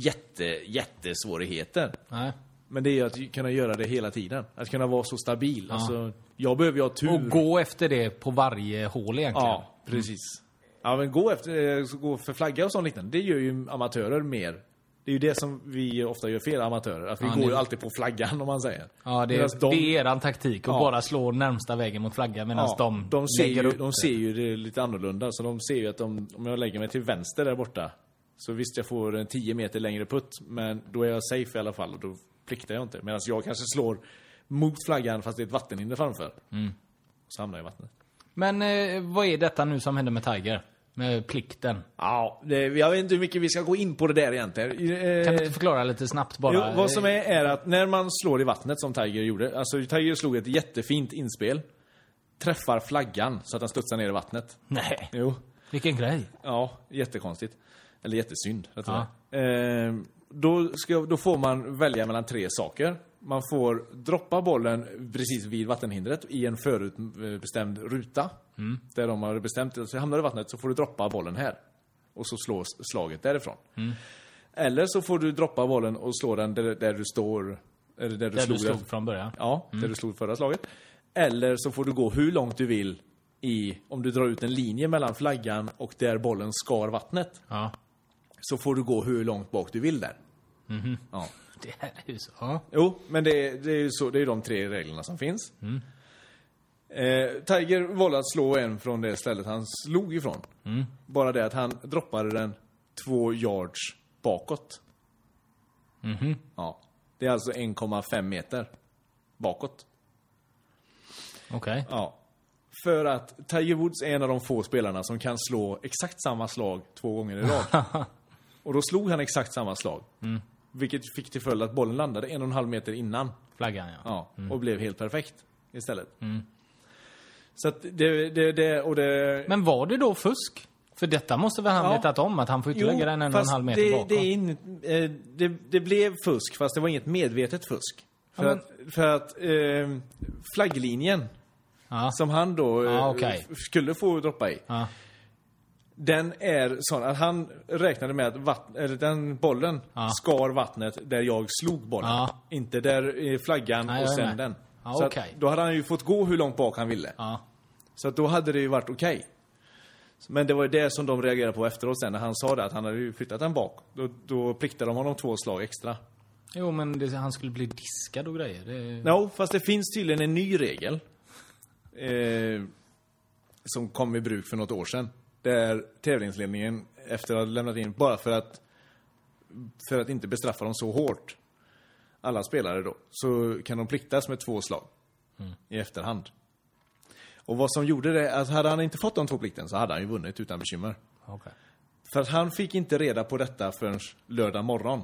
jättesvårigheter. Nej. Men det är att kunna göra det hela tiden. Att kunna vara så stabil. Ja. Alltså, jag behöver ju ha tur. Och gå efter det på varje hål egentligen. Ja, precis. Ja, men gå för flagga och sånt liknande. Det gör ju amatörer mer. Det är ju det som vi ofta gör fel, amatörer. Att vi går ju alltid på flaggan, om man säger. Ja, det är eran taktik. Och bara slå närmsta vägen mot flaggan medan de lägger upp. De ser ju det lite annorlunda. Så de ser ju att om jag lägger mig till vänster där borta, så visst jag får en 10 meter längre putt. Men då är jag safe i alla fall. Och då pliktar jag inte. Medan jag kanske slår mot flaggan fast det är ett vattenhinder framför. Så hamnar jag i vattnet. Men vad är detta nu som händer med Tiger? Med plikten? Ja, jag vet inte hur mycket vi ska gå in på det där egentligen. Kan du inte förklara lite snabbt bara? Jo, vad som är att när man slår i vattnet som Tiger gjorde. Alltså Tiger slog ett jättefint inspel. Träffar flaggan så att den studsar ner i vattnet. Nej. Jo. Vilken grej. Ja, jättekonstigt. Eller jättesynd. Då får man välja mellan 3 saker. Man får droppa bollen precis vid vattenhindret i en förutbestämd ruta. Där de har bestämt att hamnar i vattnet så får du droppa bollen här. Och så slås slaget därifrån. Eller så får du droppa bollen och slå den där du står. Eller där du slog från början. Ja, där du slog förra slaget. Eller så får du gå hur långt du vill om du drar ut en linje mellan flaggan och där bollen skar vattnet. Ja. Så får du gå hur långt bak du vill där. Ja. Det här är ju så. Ja. Jo, men det är ju så, det är de 3 reglerna som finns. Tiger valde att slå en från det stället han slog ifrån. Bara det att han droppade den 2 yards bakåt. Ja. Det är alltså 1,5 meter bakåt. Okej. Ja. För att Tiger Woods är en av de få spelarna som kan slå exakt samma slag 2 gånger i rad. Och då slog han exakt samma slag. Vilket fick till följd att bollen landade 1,5 meter innan flaggan, och blev helt perfekt. istället. Mm. Så att det... Men var det då fusk? För detta måste väl han vetat om, att han får inte lägga den 1,5 meter bakom. Det blev fusk, fast det var inget medvetet fusk. För att flagglinjen som han då skulle få droppa i, den är sån att han räknade med att den bollen skar vattnet där jag slog bollen. Inte där flaggan och sen den. Så att då hade han ju fått gå hur långt bak han ville. Så att då hade det ju varit okej. Men det var ju det som de reagerade på efteråt sen, när han sa det, att han hade ju flyttat den bak. Då pliktade de honom 2 slag extra. Jo, men han skulle bli diskad och grejer. No, fast det finns tydligen en ny regel som kom i bruk för något år sedan. Där tävlingsledningen efter att ha lämnat in, bara för att inte bestraffa dem så hårt, alla spelare då, så kan de pliktas med 2 slag i efterhand. Och vad som gjorde det, att hade han inte fått de 2 plikten så hade han ju vunnit utan bekymmer. Okay. För att han fick inte reda på detta förrän lördag morgon.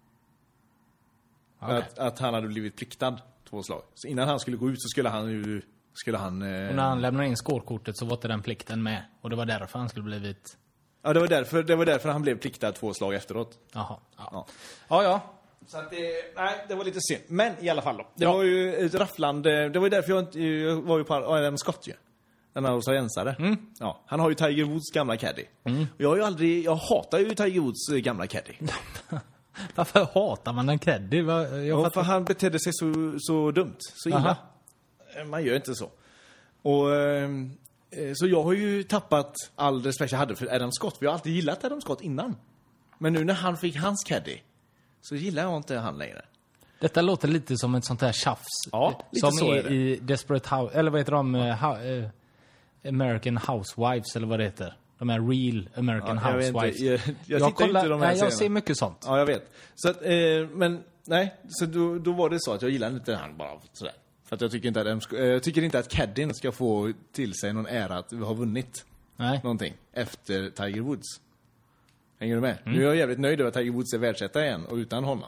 Okay. Att han hade blivit pliktad 2 slag. Så innan han skulle gå ut så skulle han och när han lämnade in skårkortet så var inte den plikten med. Och det var därför han skulle blivit... Ja, det var därför han blev pliktad 2 slag efteråt. Jaha. Ja. Så att det var lite synd. Men i alla fall då. Det var ju ett rafflande. Det var ju därför jag var ju på Adam Scott ju. Den här australiensare. Ja, han har ju Tiger Woods gamla caddy. Jag hatar ju Tiger Woods gamla caddy. Varför hatar man en caddy? För han betedde sig så dumt, så illa. Man gör inte så. Och så jag har ju tappat all respekt jag hade för Adam Scott. Vi har alltid gillat Adam Scott innan. Men nu när han fick hans caddy så gillar jag inte han längre. Detta låter lite som ett sånt här tjafs. Ja, lite som så är det. I Desperate House, eller vad heter de? American Housewives, eller vad det heter. De är Real American Housewives. Jag tittar inte de här jag ser mycket sånt. Ja, jag vet. Så att, men nej, så då var det så att jag gillar inte han bara sådär. För att jag tycker inte att caddien ska få till sig någon ära att vi har vunnit någonting efter Tiger Woods. Hänger du med? Nu är jag jävligt nöjd över att Tiger Woods är världsetta igen och utan honom.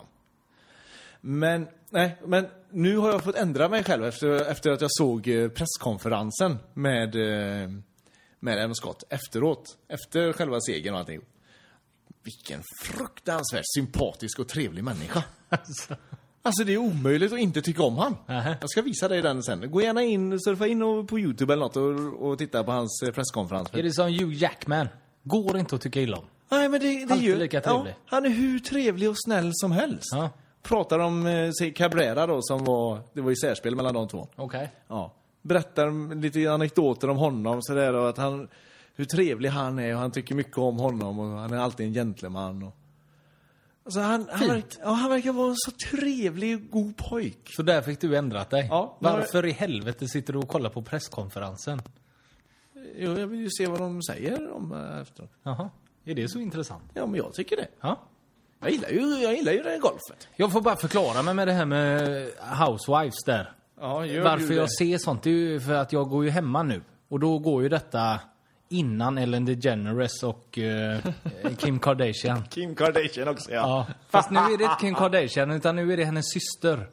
Men nu har jag fått ändra mig själv efter att jag såg presskonferensen med Adam Scott efteråt. Efter själva segern och allting. Vilken fruktansvärt sympatisk och trevlig människa. Alltså det är omöjligt att inte tycka om han. Jag ska visa dig den sen. Gå gärna in, surfa in på YouTube eller något och titta på hans presskonferens. Är det som Hugh Jackman? Går inte att tycka illa om. Nej, men det är ju lika trevlig. Ja, han är hur trevlig och snäll som helst. Ja. Pratar om Cabrera då, det var ju särspel mellan de 2. Okej. Ja. Berättar lite anekdoter om honom så där, och att hur trevlig han är och han tycker mycket om honom och han är alltid en gentleman och alltså han verkar vara en så trevlig och god pojk. Så där fick du ändrat dig. Ja. Varför i helvete sitter du och kollar på presskonferensen? Jo, jag vill ju se vad de säger om efteråt. Jaha. Är det så intressant? Ja, men jag tycker det. Ja. Jag gillar ju det golfet. Jag får bara förklara mig med det här med Housewives där. Ja, varför jag ser sånt, det är ju för att jag går ju hemma nu. Och då går ju detta innan Ellen DeGeneres och Kim Kardashian. Kim Kardashian också, ja. Fast nu är det inte Kim Kardashian, utan nu är det hennes syster.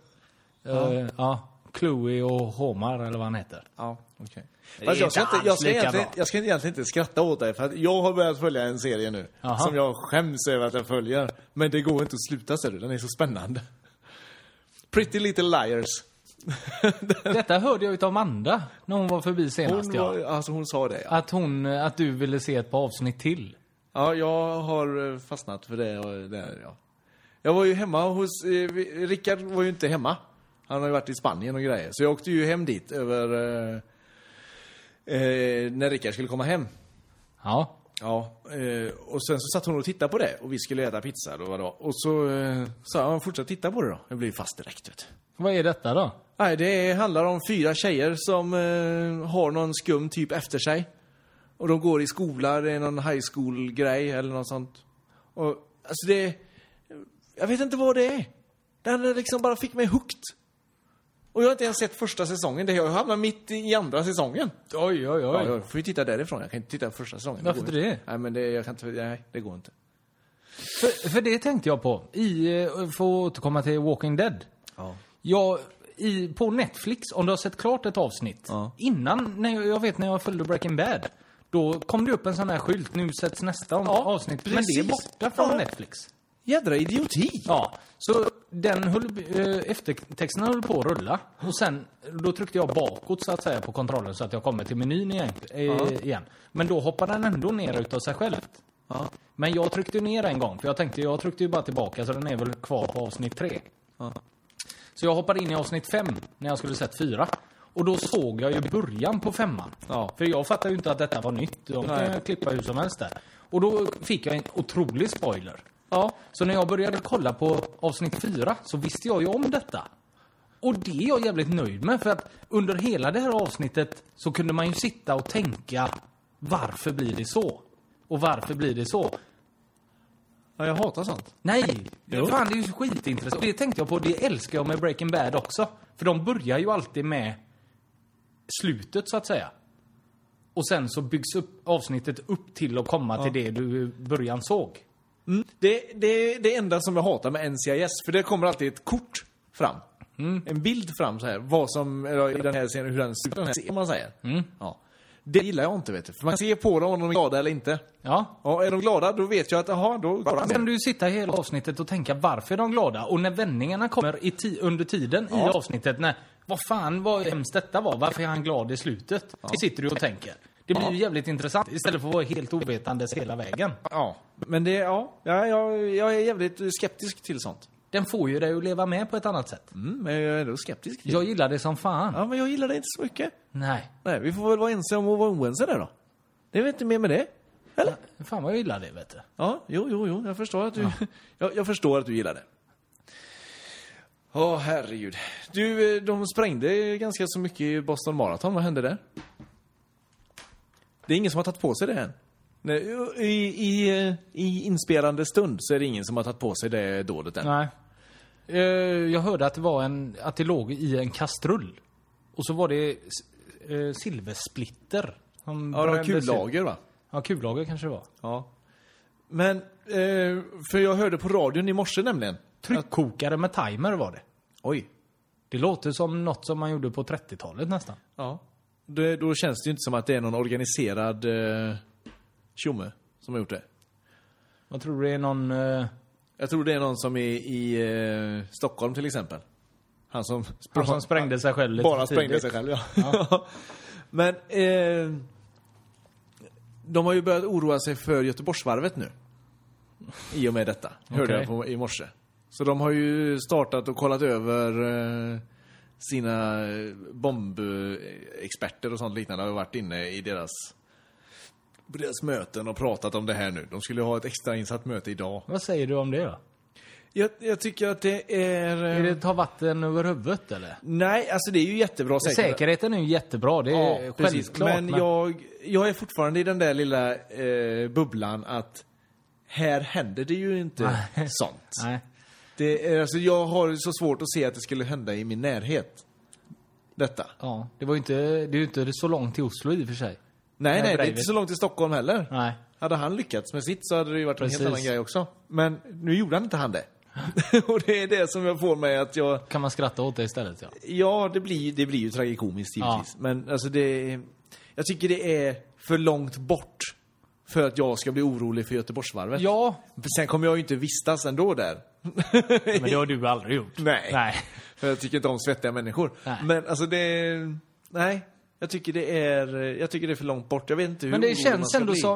Chloe och Homer, eller vad han heter. Ja, okej. Okay. Jag ska egentligen inte skratta åt dig, för att jag har börjat följa en serie nu. Som jag skäms över att jag följer. Men det går inte att sluta, ser du. Den är så spännande. Pretty Little Liars. Detta hörde jag utav Amanda när hon var förbi senast. Hon sa det, ja. Att du ville se ett par avsnitt till. Ja, jag har fastnat för det. Ja. Jag var ju hemma hos... Rickard var ju inte hemma. Han har ju varit i Spanien och grejer. Så jag åkte ju hem dit över... när Rickard skulle komma hem. Ja. Ja, och sen så satt hon och tittade på det. Och vi skulle äta pizza då, vad det var. Och så sa han, fortsätt titta på det då. Jag blev fast direkt, vet du. Vad är detta då? Nej, det handlar om 4 tjejer som har någon skum typ efter sig. Och de går i skola, det är någon high school grej eller något sånt. Och alltså jag vet inte vad det är. Den liksom bara fick mig hooked. Och jag har inte ens sett första säsongen. Jag hamnar mitt i andra säsongen. Oj. Ja, jag får ju titta därifrån. Jag kan inte titta på första säsongen. Varför det? Nej, men det går inte. För det tänkte jag på. För att återkomma till Walking Dead. Ja. Jag på Netflix, om du har sett klart ett avsnitt, innan, när jag följde Breaking Bad, då kom det upp en sån här skylt, nu sätts nästa avsnitt. Precis. Men det är borta från Netflix. Jädra idioti. Ja, så eftertexterna höll på att rulla. Och sen, då tryckte jag bakåt så att säga på kontrollen så att jag kommer till menyn igen. Men då hoppade den ändå ner utav sig själv. Ja. Men jag tryckte ner en gång, för jag tryckte ju bara tillbaka, så den är väl kvar på avsnitt 3. Ja. Så jag hoppade in i avsnitt 5 när jag skulle sett 4. Och då såg jag ju början på 5:an. Ja. För jag fattade ju inte att detta var nytt. De kan klippa hur som helst där. Och då fick jag en otrolig spoiler. Ja. Så när jag började kolla på avsnitt 4 så visste jag ju om detta. Och det är jag jävligt nöjd med, för att under hela det här avsnittet så kunde man ju sitta och tänka, varför blir det så? Och varför blir det så? Ja, jag hatar sånt. Nej, fan, det är ju skitintressant. Det tänkte jag på, det älskar jag med Breaking Bad också. För de börjar ju alltid med slutet så att säga. Och sen så byggs avsnittet upp till att komma till det du början såg. Mm. Det är det enda som jag hatar med NCIS. För det kommer alltid ett kort fram. En bild fram så här. Vad som, i den här scenen, hur den ser man säger. Ja. Det gillar jag inte, vet du. För man ser på dem om de är glada eller inte. Ja. Och är de glada, då vet jag att, då kan du sitta hela avsnittet och tänka varför är de glada. Och när vändningarna kommer under tiden i avsnittet, vad hemskt detta var. Varför är han glad i slutet? Det sitter du och tänker. Det blir ju jävligt intressant istället för att vara helt ovetandes hela vägen. Ja, men jag är jävligt skeptisk till sånt. Den får ju dig att leva med på ett annat sätt. Men jag är ändå skeptisk. Jag gillar det som fan. Ja, men jag gillar det inte så mycket. Nej, vi får väl vara ense om att vara oense där då. Det är väl inte mer med det? Eller? Ja, fan vad jag gillar det, vet du. Ja, jo. Jag förstår att du, jag förstår att du gillar det. Herregud. Du, de sprängde ganska så mycket i Boston Marathon. Vad hände där? Det är ingen som har tagit på sig det än. I inspelande stund så är det ingen som har tagit på sig det dådet än. Nej. Jag hörde att det var att det låg i en kastrull. Och så var det silversplitter. Ja, det var kullager, va? Ja, kullager kanske det var. Ja. Men, för jag hörde på radion i morse nämligen. Tryckkokare med timer var det. Oj. Det låter som något som man gjorde på 30-talet nästan. Ja. Då känns det ju inte som att det är någon organiserad tjomme som har gjort det. Jag tror det är någon... Jag tror det är någon som är i Stockholm till exempel. Han som sprängde sig själv lite bara sprängde sig själv, ja. Men de har ju börjat oroa sig för Göteborgsvarvet nu. I och med detta. Hörde jag i morse. Så de har ju startat och kollat över sina bombexperter och sånt liknande. Har varit inne i deras möten och pratat om det här nu. De skulle ha ett extra insatt möte idag. Vad säger du om det då? Jag tycker att det är... Är det ta vatten över huvudet eller? Nej, alltså det är ju jättebra säkerhet. Säkerheten är ju jättebra, det är självklart. Men jag är fortfarande i den där lilla bubblan att här händer det ju inte sånt. Nej. Alltså jag har så svårt att se att det skulle hända i min närhet. Detta. Ja, det är ju inte så långt till Oslo i och för sig. Nej, det är inte så långt till Stockholm heller. Nej. Hade han lyckats med sitt så hade det ju varit en helt annan grej också. Men nu gjorde han inte han det. Och det är det som jag får mig att jag... Kan man skratta åt det istället? Ja, ja det blir ju tragikomiskt givetvis. Ja. Men alltså jag tycker det är för långt bort för att jag ska bli orolig för Göteborgsvarvet. Ja. Sen kommer jag ju inte vistas ändå där. Men det har du aldrig gjort. Nej. För jag tycker inte om svettiga människor. Nej. Men alltså nej. Jag tycker det är för långt bort. Jag vet inte hur. Men det känns ändå som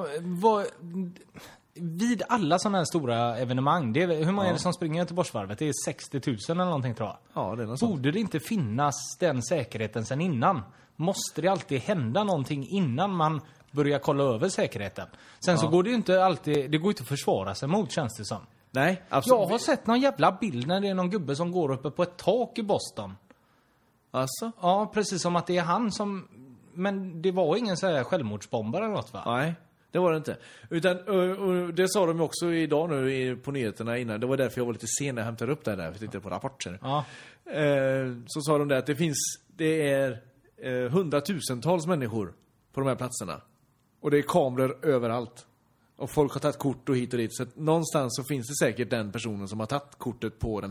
vid alla sådana här stora evenemang, hur många är det som springer till Göteborgsvarvet? Det är 60 000 eller någonting, tror jag. Ja, det är något Borde det inte finnas den säkerheten sen innan? Måste det alltid hända någonting innan man börjar kolla över säkerheten? Sen så går det ju inte alltid, det går inte att försvara sig mot, känns det som. Nej, absolut. Jag har sett någon jävla bild när det är någon gubbe som går uppe på ett tak i Boston. Alltså? Ja, precis som att det är han som... Men det var ingen så här självmordsbombare eller något, va? Nej, det var det inte. Utan, och det sa de också idag nu på nyheterna innan. Det var därför jag var lite sen när jag hämtade upp det där. Jag tittade på rapporter. Ja. Så sa de där att det är hundratusentals människor på de här platserna. Och det är kameror överallt. Och folk har tagit kort och hit och dit. Så att någonstans så finns det säkert den personen som har tagit kortet på den här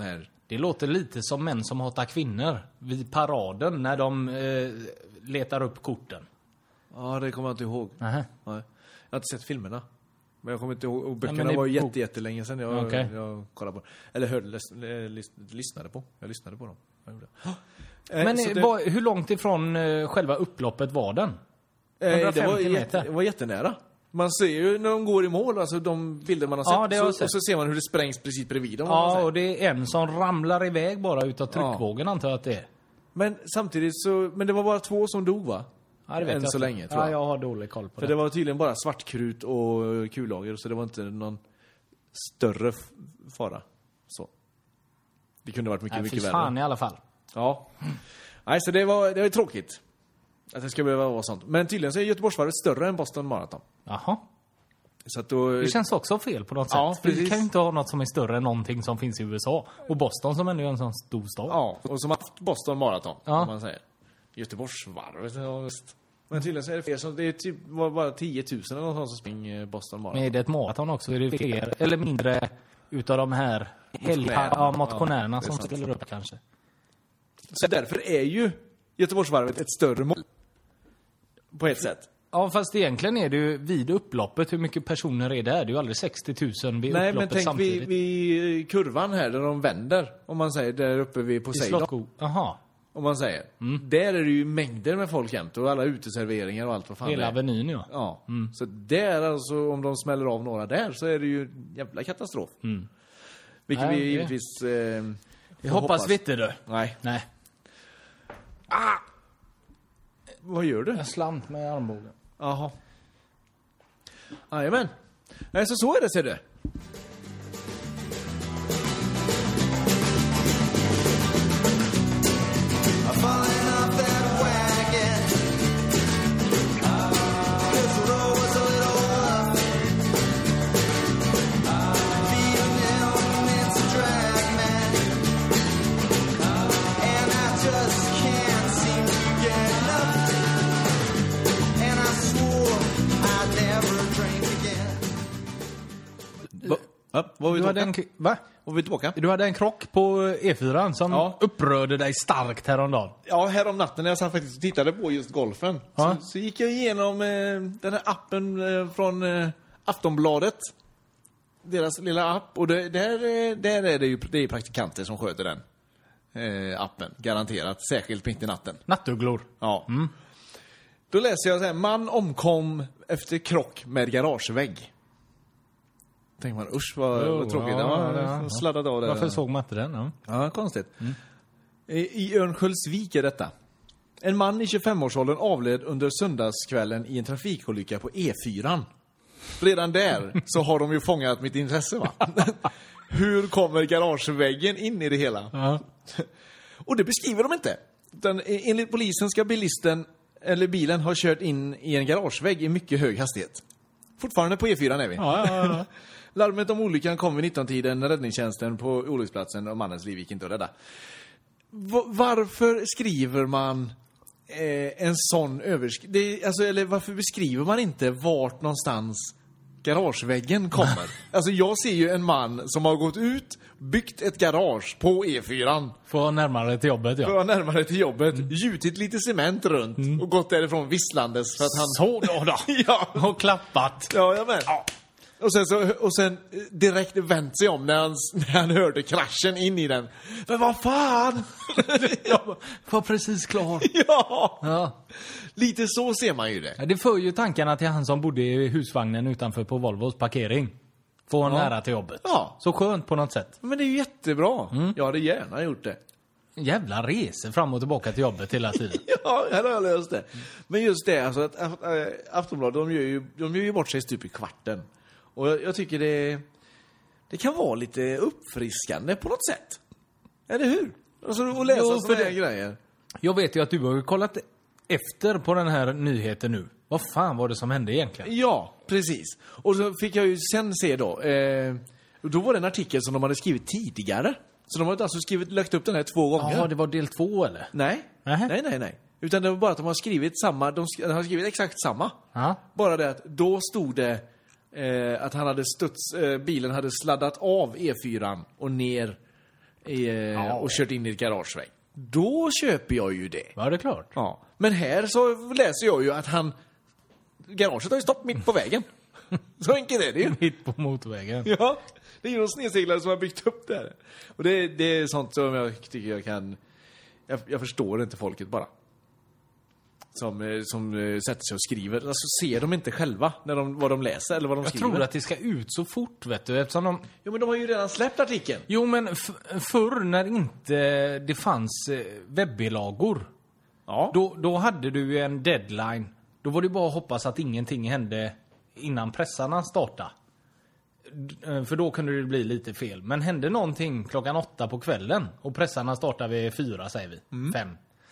Det låter lite som män som hatar kvinnor vid paraden när de letar upp korten. Ja, det kommer jag inte ihåg. Nähä. Nej. Jag har inte sett filmerna. Men jag kommer inte ihåg. Och böckerna var jättelänge sedan jag kollade på. Eller lyssnade på. Jag lyssnade på dem. Men hur långt ifrån själva upploppet var den? 150 meter? Det var jättenära. Man ser ju när de går i mål, alltså de bilder man har sett. Och så ser man hur det sprängs precis bredvid dem. Ja, och det är en som ramlar iväg bara utav tryckvågen, antar jag att det är. Men samtidigt så... Men det var bara 2 som dog, va? Ja, det vet jag så länge, tror jag. Ja, jag har dålig koll på det. För det var tydligen bara svartkrut och kullager, så det var inte någon större fara. Så. Det kunde varit mycket värre. Fan i alla fall. Ja. Nej, så det var tråkigt. Att det ska behöva vara sånt. Men tydligen så är Göteborgsvarvet större än Boston Marathon. Jaha. Så att då... Det känns också fel på något sätt. För vi kan ju inte ha något som är större än någonting som finns i USA. Och Boston som ändå är en sån stor stad. Ja, och som haft Boston Marathon, om man säger. Göteborgsvarvet, ja visst. Men tydligen så är det fler som... Det är typ bara 10 000 eller något som springer Boston Marathon. Men är det ett maraton också? Är det fler eller mindre utav de här motionärerna som ställer upp kanske? Så därför är ju Göteborgsvarvet ett större mål. På ett sätt. Ja, fast egentligen är det ju vid upploppet. Hur mycket personer är det? Det är ju aldrig 60 000 vid upploppet samtidigt. Nej, men tänk samtidigt. vid kurvan här där de vänder. Om man säger där uppe vid Poseidon. Aha. Om man säger. Där är det ju mängder med folk jämt. Och alla uteserveringar och allt vad fan. Hela Avenyn, ja. Ja. Så där alltså, om de smäller av några där så är det ju en jävla katastrof. Vilket vi givetvis... vi hoppas vi inte du. Nej. Ah! Vad gör du? Jag slant med armbågen. Jaha. Jajamän. Nej, så är det, ser du. Var vi tillbaka? Du hade en krock på E4 som upprörde dig starkt häromdagen. Ja, härom natten när jag satt faktiskt och tittade på just golfen. Så gick jag igenom den här appen från Aftonbladet. Deras lilla app. Och där är det ju praktikanter som sköter den appen. Garanterat. Särskilt mitt i natten. Nattugglor. Ja. Då läser jag så här: man omkom efter krock med garagevägg. Tänker man, usch vad tråkigt. Sladdat av det. Varför såg man inte den? Ja, konstigt. I Örnsköldsvik är detta. En man i 25-årsåldern avled under söndagskvällen i en trafikolycka på E4. Redan där så har de ju fångat mitt intresse, va? Hur kommer garageväggen in i det hela? Ja. Och det beskriver de inte. Utan, enligt polisen ska bilen ha kört in i en garagevägg i mycket hög hastighet. Fortfarande på E4 är vi. Ja. Larmet om olyckan kom vid 19-tiden när räddningstjänsten på olycksplatsen och mannens liv gick inte att rädda. Varför skriver man en sån eller varför beskriver man inte vart någonstans garageväggen kommer? Alltså jag ser ju en man som har gått ut, byggt ett garage på E4. För närmare till jobbet, ja. För närmare till jobbet, gjutit lite cement runt och gått därifrån visslandes för att han... Så då. Ja. Och klappat. Ja, jag med. Ja. Och sen direkt vänt sig om när han hörde kraschen in i den. Men vad fan! Jag var precis klar. Ja. Lite så ser man ju det. Ja, det för ju tankarna till han som bodde i husvagnen utanför på Volvos parkering. Få nära till jobbet. Ja. Så skönt på något sätt. Men det är ju jättebra. Jag hade gärna gjort det. Jävla resor fram och tillbaka till jobbet hela tiden. Ja, här har jag löst det. Men just det, alltså att Aftonbladet, de gör ju bort sig stup i kvarten. Och jag tycker det kan vara lite uppfriskande på något sätt. Eller hur? Alltså att läsa sådana här grejer. Jag vet ju att du har kollat efter på den här nyheten nu. Vad fan var det som hände egentligen? Ja, precis. Och så fick jag ju sen se då. Då var det en artikel som de hade skrivit tidigare. Så de hade alltså lagt upp den här 2 gånger. Ja, det var del 2 eller? Nej. Nej. Utan det var bara att de har skrivit samma. De har skrivit exakt samma. Aha. Bara det att då stod det att han hade bilen hade sladdat av E4 och ner och kört in i ett garagevägg. Då köper jag ju det. Ja, det är klart. Ja. Men här så läser jag ju att garaget har ju stopp mitt på vägen. Så enkelt är det ju. Mitt på motorvägen. Ja, det är ju någon snedseglare som har byggt upp det här. Och det är sånt som jag tycker jag kan... Jag förstår inte folket bara. Som sätter sig och skriver. Alltså ser de inte själva vad de läser eller vad de skriver. Jag tror att det ska ut så fort, vet du. Eftersom Jo, men de har ju redan släppt artikeln. Jo, men förr när inte det fanns webbilagor. Ja. Då hade du en deadline. Då var det bara att hoppas att ingenting hände innan pressarna startade. För då kunde det bli lite fel. Men hände någonting 8:00 på kvällen och pressarna startade vid 4, säger vi. 5.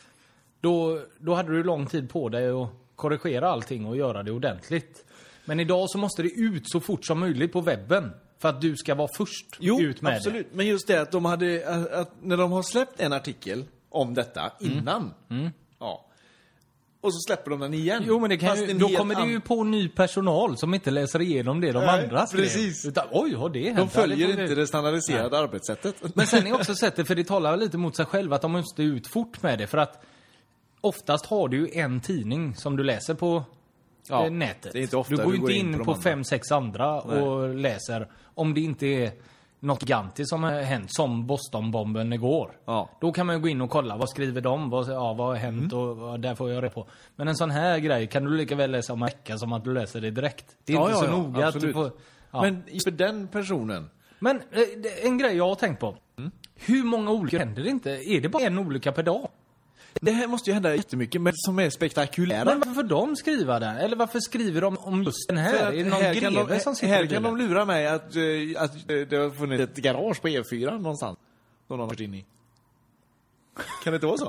Då hade du lång tid på dig att korrigera allting och göra det ordentligt. Men idag så måste det ut så fort som möjligt på webben. För att du ska vara först ut med absolut. Men just det att de när de har släppt en artikel om detta innan. Ja. Och så släpper de den igen. Jo, men då kommer det ju på ny personal som inte läser igenom det de andra skrev. Precis. Utan, oj, har det hänt? De följer inte det standardiserade arbetssättet. Men sen är också sättet, för det talar lite mot sig själv, att de måste ut fort med det. För att oftast har du ju en tidning som du läser på nätet. Det är inte ofta du går inte in på 5-6 andra och läser. Om det inte är något gigantiskt som har hänt, som Boston-bomben igår. Ja. Då kan man ju gå in och kolla, vad skriver de, vad har hänt och där får jag reda på. Men en sån här grej kan du lika väl läsa om en vecka som att du läser det direkt. Det är inte så noga att du får... Ja. Men för den personen... Men en grej jag har tänkt på. Hur många olyckor händer det inte? Är det bara en olycka per dag? Det här måste ju hända jättemycket, men som är spektakulära. Men varför de skriver den? Eller varför skriver de om just den här? Är det någon greve som sitter här kan de lura mig att det har funnits ett garage på E4 någonstans. Som de har varit in i. Kan det inte vara så?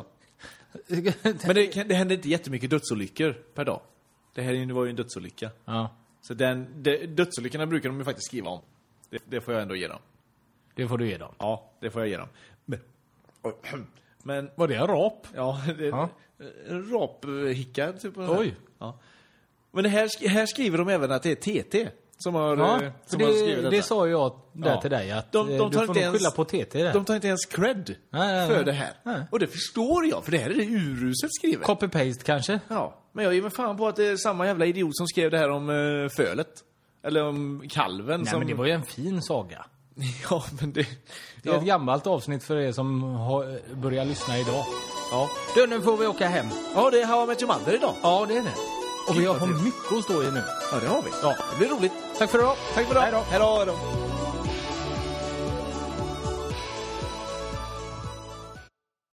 Men det händer inte jättemycket dödsolyckor per dag. Det här var ju en dödsolycka. Ja. Så dödsolyckorna brukar de ju faktiskt skriva om. Det får jag ändå ge dem. Det får du ge dem? Ja, det får jag ge dem. Men var det en rap? Ja, en raphicka typ. Oj. Ja. Men här skriver de även att det är TT som har skrivit detta. Det sa jag där till dig att de du får nog skylla på TT där. De tar inte ens cred för det här. Nej. Och det förstår jag, för det här är det uruset skrivet. Copy-paste kanske? Ja, men jag ger mig fan på att det är samma jävla idiot som skrev det här om fölet. Eller om kalven. Nej, men det var ju en fin saga. Ja, men det är ett gammalt avsnitt för er som börjar lyssna idag. Ja. Du, nu får vi åka hem. Ja, det är How I Met Your Mother idag. Ja, det är det. Och vi har mycket att stå i nu. Ja, det har vi. Ja. Det blir roligt. Tack för idag. Tack för idag. Hej då. Hej då.